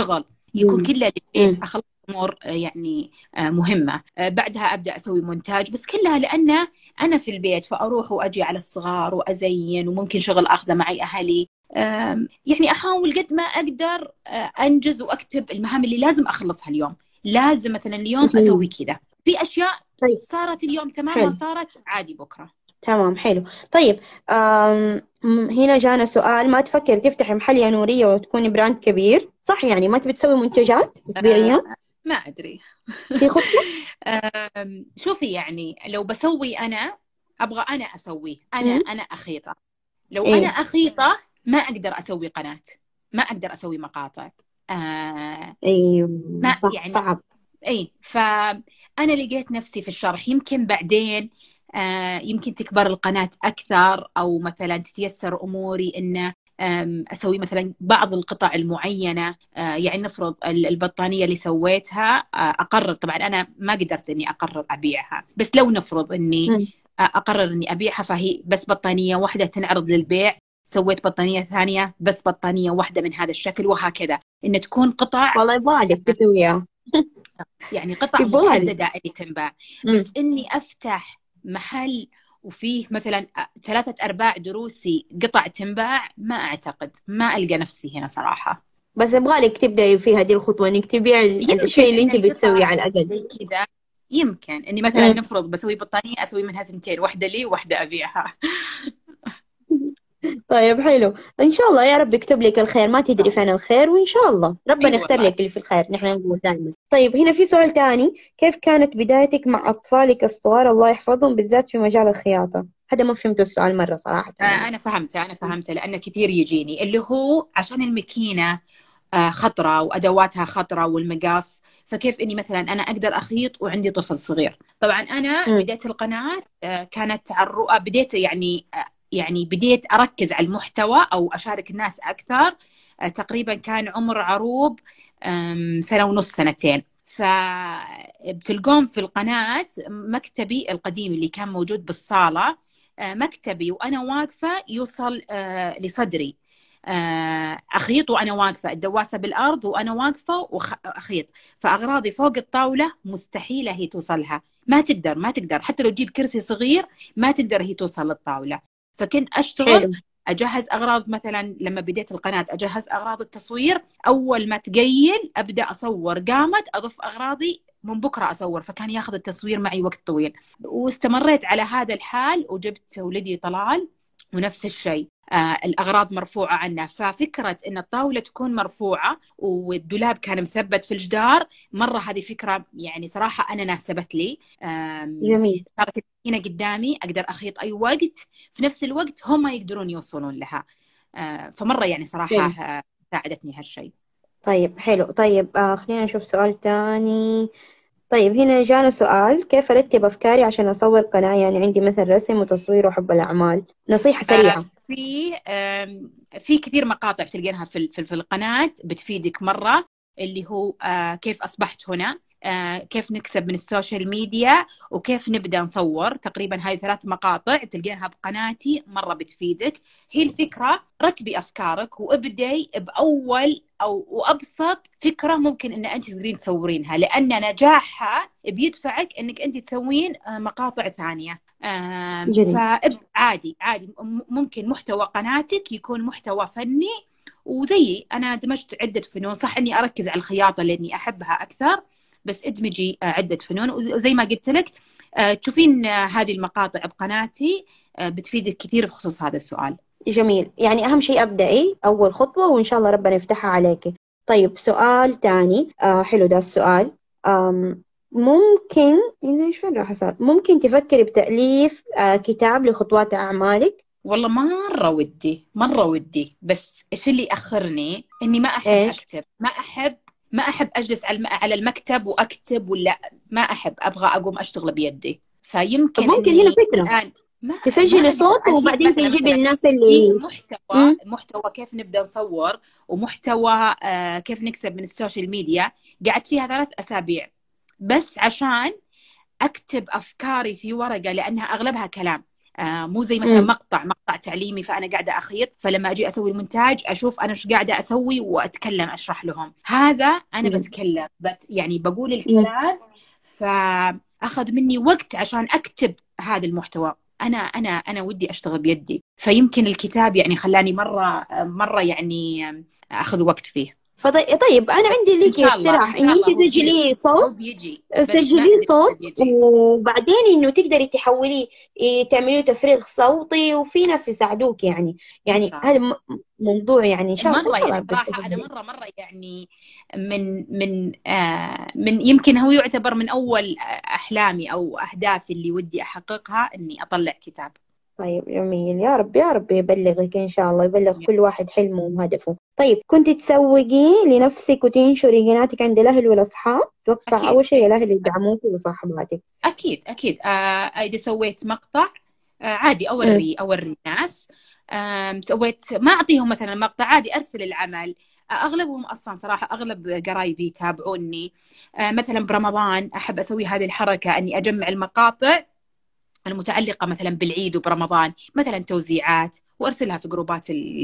يكون مم. كله للبيت، مم. اخلص امور آه، يعني آه، مهمه. آه، بعدها ابدا اسوي مونتاج، بس كلها لانه انا في البيت، فاروح واجي على الصغار وازين، وممكن شغل اخذه معي اهلي. آم، يعني احاول قد ما اقدر آه، انجز واكتب المهام اللي لازم اخلصها اليوم. لازم مثلا اليوم اسوي جميل. كذا، في اشياء طيب صارت اليوم تمام، ما حلو. صارت عادي بكره. تمام حلو. طيب آم م- هنا جانا سؤال، ما تفكر تفتحي محل يا نورية وتكوني براند كبير صح؟ يعني ما تبي تسوي منتجات آه، تبيعيها؟ ما ادري. في خطة؟ آم، شوفي، يعني لو بسوي انا، ابغى انا اسويه، انا مم. انا اخيطه. لو انا ايه. اخيطه ما اقدر اسوي قناه، ما اقدر اسوي مقاطع. آه ايوه ما صح يعني، صعب. اي، فانا لقيت نفسي في الشرح. يمكن بعدين آه يمكن تكبر القناه اكثر، او مثلا تتيسر اموري ان آم، اسوي مثلا بعض القطع المعينه. آه يعني نفرض ال- البطانيه اللي سويتها، آه اقرر، طبعا انا ما قدرت اني اقرر ابيعها، بس لو نفرض اني مم. آه، اقرر اني ابيعها، فهي بس بطانيه واحده تنعرض للبيع. سويت بطانيه ثانيه بس بطانيه واحده من هذا الشكل، وهكذا، ان تكون قطع، والله يبغالك تسويها. يعني قطع يبغالك. محددة اللي تنباع. بس مم. إني أفتح محل وفيه مثلا ثلاثة أرباع دروسي قطع تنباع، ما أعتقد، ما ألقى نفسي هنا صراحة. بس يبغالك تبدأي في هذه الخطوة انك تبيع ال- يمكن الشيء اللي إن انت بتسويه القطع على الأقل. زي كذا، يمكن إني مثلا مم. نفرض بسوي بطانية، أسوي منها ثنتين، واحدة لي وواحدة أبيعها. طيب حلو، ان شاء الله يا رب يكتب لك الخير، ما تدري فين الخير، وان شاء الله ربنا أي يختار والله. لك اللي في الخير، نحن نقول دائما. طيب هنا في سؤال تاني، كيف كانت بدايتك مع اطفالك الصغار الله يحفظهم بالذات في مجال الخياطة؟ هذا ما فهمت السؤال مرة صراحة آه، يعني. أنا فهمته، أنا فهمته، لأن كثير يجيني اللي هو عشان الماكينة آه، خطرة وأدواتها خطرة والمقاس، فكيف إني مثلا أنا أقدر أخيط وعندي طفل صغير؟ طبعا أنا مم. بداية القناة آه، كانت على الرؤى، بديت يعني آه، يعني بديت أركز على المحتوى أو أشارك الناس أكثر. آه، تقريبا كان عمر عروب آم، سنة ونص، سنتين. فبتلقون في القناة مكتبي القديم اللي كان موجود بالصالة، آه، مكتبي وأنا واقفة يوصل آه، لصدري. آه، أخيط وأنا واقفة، الدواسة بالأرض وأنا واقفة وأخيط. فأغراضي فوق الطاولة مستحيلة هي توصلها، ما تقدر ما تقدر حتى لو تجيب كرسي صغير ما تقدر هي توصل للطاولة. فكنت أشتغل، حلو. أجهز أغراض، مثلا لما بديت القناة أجهز أغراض التصوير، أول ما تقيل أبدأ أصور، قامت أضف أغراضي، من بكرة أصور. فكان ياخذ التصوير معي وقت طويل، واستمريت على هذا الحال، وجبت ولدي طلال ونفس الشيء. آه الأغراض مرفوعة عنه. ففكرة أن الطاولة تكون مرفوعة والدولاب كان مثبت في الجدار، مرة هذه فكرة يعني صراحة أنا ناسبت لي. آم، جميل. صارت الماكينة قدامي، أقدر أخيط أي وقت، في نفس الوقت هم يقدرون يوصلون لها. آه فمرة يعني حلو. صراحة آه، ساعدتني هالشيء. طيب حلو. طيب آه خلينا نشوف سؤال تاني. طيب هنا جانا سؤال، كيف أرتب أفكاري عشان أصور قناة؟ يعني عندي مثل رسم وتصوير وحب الأعمال، نصيحة آه، سريعة. في آم، في كثير مقاطع تلقينها في في في القناة بتفيدك مرة، اللي هو آه، كيف أصبحت هنا، آه، كيف نكسب من السوشيال ميديا، وكيف نبدأ نصور. تقريبا هاي ثلاث مقاطع تلقينها بقناتي، مرة بتفيدك. هي الفكرة، رتبي أفكارك وابدأي بأول أو وأبسط فكرة ممكن أن أنت تقدرين تصورينها، لأن نجاحها بيدفعك أنك أنت تسوين آه، مقاطع ثانية. جميل. فعادي عادي ممكن محتوى قناتك يكون محتوى فني. وزي أنا دمجت عدة فنون، صح إني أركز على الخياطة لأني أحبها أكثر، بس ادمجي آه، عدة فنون. وزي ما قلت لك آه، تشوفين آه، هذه المقاطع بقناتي آه، بتفيدك كثير بخصوص هذا السؤال. جميل، يعني أهم شيء أبدأي أول خطوة وإن شاء الله ربنا يفتحها عليك. طيب سؤال تاني، آه حلو ده السؤال. آم ممكن إنه إيش فين راح أسأل، ممكن تفكري بتأليف آه كتاب لخطوات أعمالك؟ والله مرة ودي، مرة ودي، بس إيش اللي يأخرني؟ إني ما أحب إيش؟ أكتب، ما أحب ما أحب أجلس على الم- على المكتب وأكتب، ولا ما أحب، أبغى أقوم أشتغل بيدي. طب فيمكن ممكن هنا إني فكرة، الآن ما ما تسجلي أقدر صوت أنا. هي وبعدين مثلا تجيبي مثلا الناس في اللي. محتوى مم. محتوى كيف نبدأ نصور، ومحتوى آه كيف نكسب من السوشيال ميديا. قعدت فيها ثلاث أسابيع بس عشان أكتب أفكاري في ورقة، لأنها أغلبها كلام. آه مو زي مثلا مقطع مقطع تعليمي فأنا قاعدة أخيط، فلما أجي أسوي المونتاج أشوف أنا إيش قاعدة أسوي وأتكلم أشرح لهم. هذا أنا بتكلم بت يعني بقول الكلام، فأخذ مني وقت عشان أكتب هذا المحتوى. أنا أنا أنا ودي أشتغل بيدي، فيمكن الكتاب يعني خلاني مرة مرة يعني أخذ وقت فيه. طيب أنا عندي لك اقتراح إنه أنت سجلي صوت، بيجي سجلي صوت وبعدين إنه تقدري تحوليه تعمليه تفريغ صوتي، وفي ناس يساعدوك يعني يعني هذا موضوع يعني إن شاء الله. مرة يعني صراحة أنا مرة مرة يعني من من آه من يمكن هو يعتبر من أول أحلامي أو أهدافي اللي ودي أحققها إني أطلع كتاب. طيب جميل، يا رب يا رب يبلغك إن شاء الله، يبلغ كل واحد حلمه وهدفه. طيب كنت تسوقي لنفسك وتنشري قناتك عند الأهل والأصحاب؟ توقع أول شيء الأهل يدعموك وصاحباتك. أكيد أكيد. آه إذا سويت مقطع آه عادي أوري م. أوري الناس. آه سويت ما أعطيهم مثلا مقطع، عادي أرسل العمل. آه أغلبهم أصلا صراحة أغلب قرايبي يتابعوني. آه مثلا برمضان أحب أسوي هذه الحركة، أني أجمع المقاطع المتعلقة مثلا بالعيد وبرمضان، مثلا توزيعات، وأرسلها في جروبات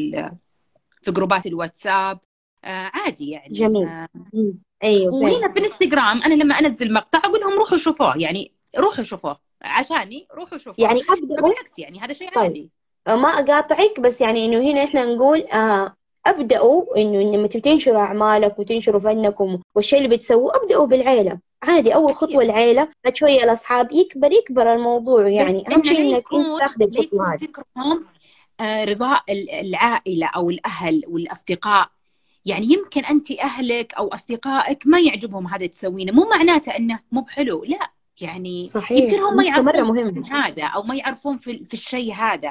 في جروبات الواتساب. آه عادي يعني. جميل. آه أيوة. وهنا في الانستغرام أنا لما أنزل مقطع أقول لهم روحوا شوفوه، يعني روحوا شوفوه عشاني، روحوا شوفوه يعني أبدأ بالعكس يعني هذا شيء عادي. طيب. ما أقاطعك بس يعني إنه هنا إحنا نقول آه أبدأوا إنه لما تنشروا أعمالك وتنشروا فنكم والشيء اللي بتسووه أبدأوا بالعيلة عادي. أول أكيد. خطوة العيلة، بعد شوية الأصحاب، يكبر يكبر الموضوع يعني. أهم شيء إنك أنت تاخذ الخطوة هذه. فكرهم آه رضاء العائلة أو الأهل والأصدقاء. يعني يمكن أنت أهلك أو أصدقائك ما يعجبهم هذا تسوينه، مو معناته أنه مو بحلو، لا يعني صحيح. يمكن هم ما يعرفون هذا أو ما يعرفون في, في الشيء هذا،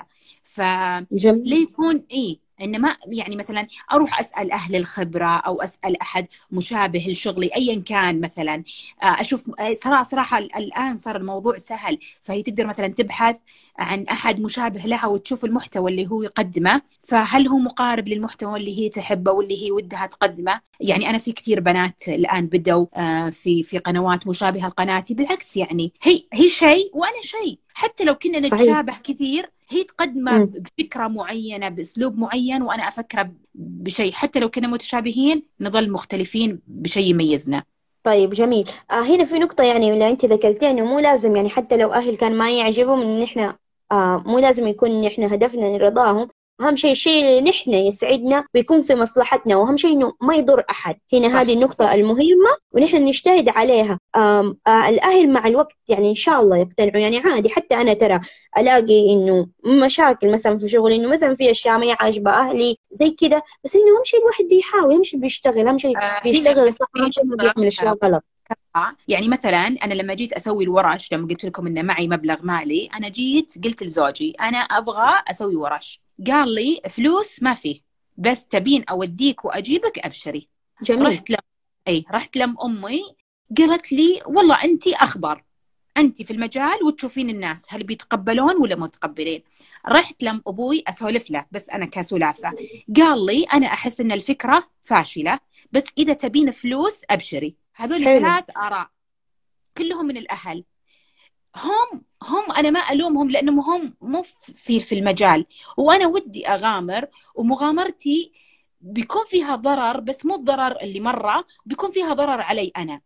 فليكون إيه إن ما يعني مثلا أروح أسأل أهل الخبرة أو أسأل أحد مشابه لشغلي أيا كان. مثلا أشوف صراحة صراحة الآن صار الموضوع سهل، فهي تقدر مثلا تبحث عن أحد مشابه لها وتشوف المحتوى اللي هو يقدمه، فهل هو مقارب للمحتوى اللي هي تحبه واللي هي ودها تقدمه. يعني أنا في كثير بنات الآن بدوا في في قنوات مشابهة لقناتي، بالعكس يعني هي هي شيء وأنا شيء، حتى لو كنا نتشابه كثير هي تقدمه بفكرة معينة بأسلوب معين وأنا أفكر بشيء، حتى لو كنا متشابهين نظل مختلفين بشيء يميزنا. طيب جميل. آه هنا في نقطة يعني اللي أنت ذكرتيها إنه مو لازم يعني حتى لو أهل كان ما يعجبهم إن إحنا آه مو لازم يكون إحنا هدفنا رضاهم. أهم شيء الشيء اللي نحن يسعدنا ويكون في مصلحتنا، وأهم شيء إنه ما يضر أحد. هنا صح هذه النقطة صح. المهمة ونحن نجتهد عليها. آه آه الأهل مع الوقت يعني إن شاء الله يقتنعوا. يعني عادي حتى أنا ترى ألاقي إنه مشاكل مثلا في شغلي، إنه مثلا في أشياء ما عاجبة أهلي زي كده، بس إنه أهم شيء الواحد بيحاول، أهم شيء بيشتغل، أهم شيء آه بيشتغل صح، أهم شيء ما بيعمل أشياء غلط. يعني مثلا أنا لما جيت أسوي الورش، لما قلت لكم إن معي مبلغ مالي، أنا جيت قلت لزوجي أنا أبغى أسوي ورش، قال لي فلوس ما فيه، بس تبين أوديك وأجيبك أبشري. جميل. رحت لم أي رحت لم أمي قالت لي والله أنت أخبر، أنت في المجال وتشوفين الناس هل بيتقبلون ولا متقبلين. رحت لم أبوي أسولف له بس أنا كسلافة، قال لي أنا أحس إن الفكرة فاشلة، بس إذا تبين فلوس أبشري. هذول ثلاث آراء كلهم من الأهل. هم هم أنا ما ألومهم لأنهم هم مو في في المجال، وأنا ودي أغامر، ومغامرتي بيكون فيها ضرر بس مو الضرر اللي مرة بيكون فيها ضرر علي أنا.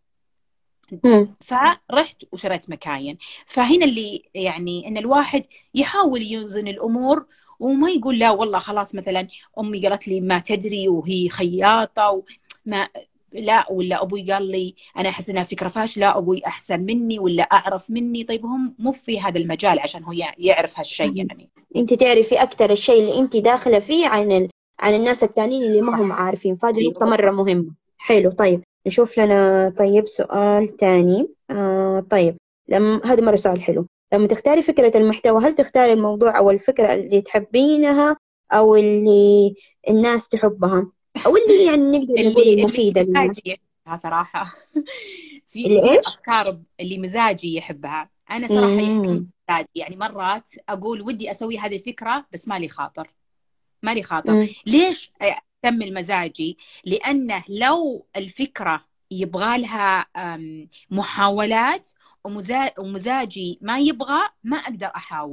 فرحت وشريت مكاين. فهنا اللي يعني إن الواحد يحاول يوزن الأمور وما يقول لا والله خلاص مثلا أمي قالت لي ما تدري وهي خياطة وما لا، ولا أبوي قال لي أنا أحس إنها فكرة فاشلة، أبوي أحسن مني ولا أعرف مني. طيب هم مو في هذا المجال عشان هو يعرف هالشيء. يعني أنت تعرفي أكثر الشيء اللي أنت داخلة فيه عن ال... عن الناس التانيين اللي ما هم عارفين، فهذه نقطة مرة مهمة. حلو. طيب نشوف لنا طيب سؤال تاني. آه طيب لما هذا مرة سؤال حلو، لما تختاري فكرة المحتوى هل تختاري الموضوع أو الفكرة اللي تحبينها أو اللي الناس تحبها أو اللي يعني نقدر نقول اللي المفيدة اللي مزاجي يحبها صراحة. في اللي كثير إيش؟ أفكار اللي مزاجي يحبها. أنا صراحة يحكم مزاجي، يعني مرات أقول ودي أسوي هذه الفكرة بس مالي خاطر مالي خاطر مم. ليش أكمل مزاجي؟ لأنه لو الفكرة يبغى لها محاولات ومزاجي ما يبغى ما أقدر أحاول.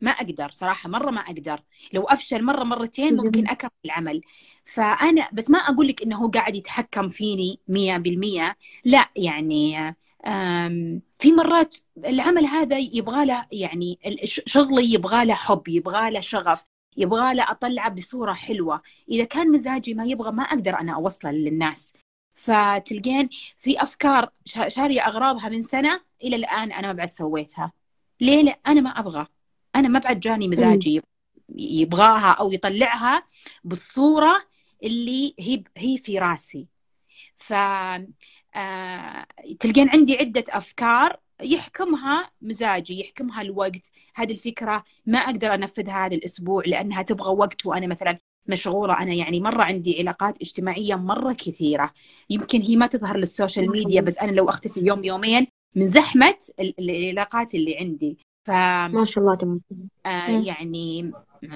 ما أقدر صراحة، مرة ما أقدر. لو أفشل مرة مرتين ممكن أكره العمل. فأنا بس ما أقول لك إنه هو قاعد يتحكم فيني مية بالمية، لا يعني في مرات العمل هذا يبغى له يعني شغلي يبغى له حب، يبغى له شغف، يبغى له أطلعه بصورة حلوة. إذا كان مزاجي ما يبغى ما أقدر أنا أوصله للناس. فتلقين في أفكار شارية أغراضها من سنة إلى الآن أنا ما بعد سويتها. ليه؟ لا أنا ما أبغى، أنا ما بعد جاني مزاجي يبغاها أو يطلعها بالصورة اللي هي هي في راسي. ف آه... تلقين عندي عدة أفكار يحكمها مزاجي، يحكمها الوقت. هذه الفكرة ما أقدر أنفذها هذا الأسبوع لأنها تبغى وقت وأنا مثلا مشغولة. أنا يعني مرة عندي علاقات اجتماعية مرة كثيرة، يمكن هي ما تظهر للسوشيال ميديا، بس أنا لو أختفي يوم يومين من زحمة العلاقات اللي عندي. ف ما شاء الله تمام. آه يعني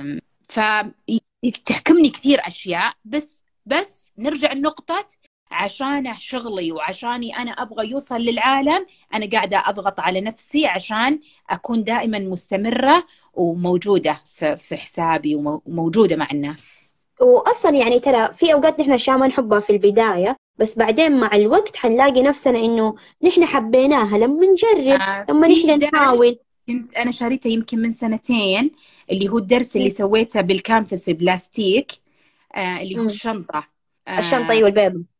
فتحكمني كثير أشياء. بس بس نرجع لنقطة، عشانه شغلي وعشاني أنا أبغى يوصل للعالم، أنا قاعدة أضغط على نفسي عشان أكون دائما مستمرة وموجودة في, في حسابي وموجودة مع الناس. وأصلا يعني ترى في أوقات نحن أشياء ما نحبها في البداية، بس بعدين مع الوقت حنلاقي نفسنا إنه نحن حبيناها لما نجرب. آه لما نحن نحاول. كنت أنا شاريته يمكن من سنتين، اللي هو الدرس اللي سويته بالكانفاس بلاستيك، آه اللي هو الشنطة. الشنطة أيوة البيض.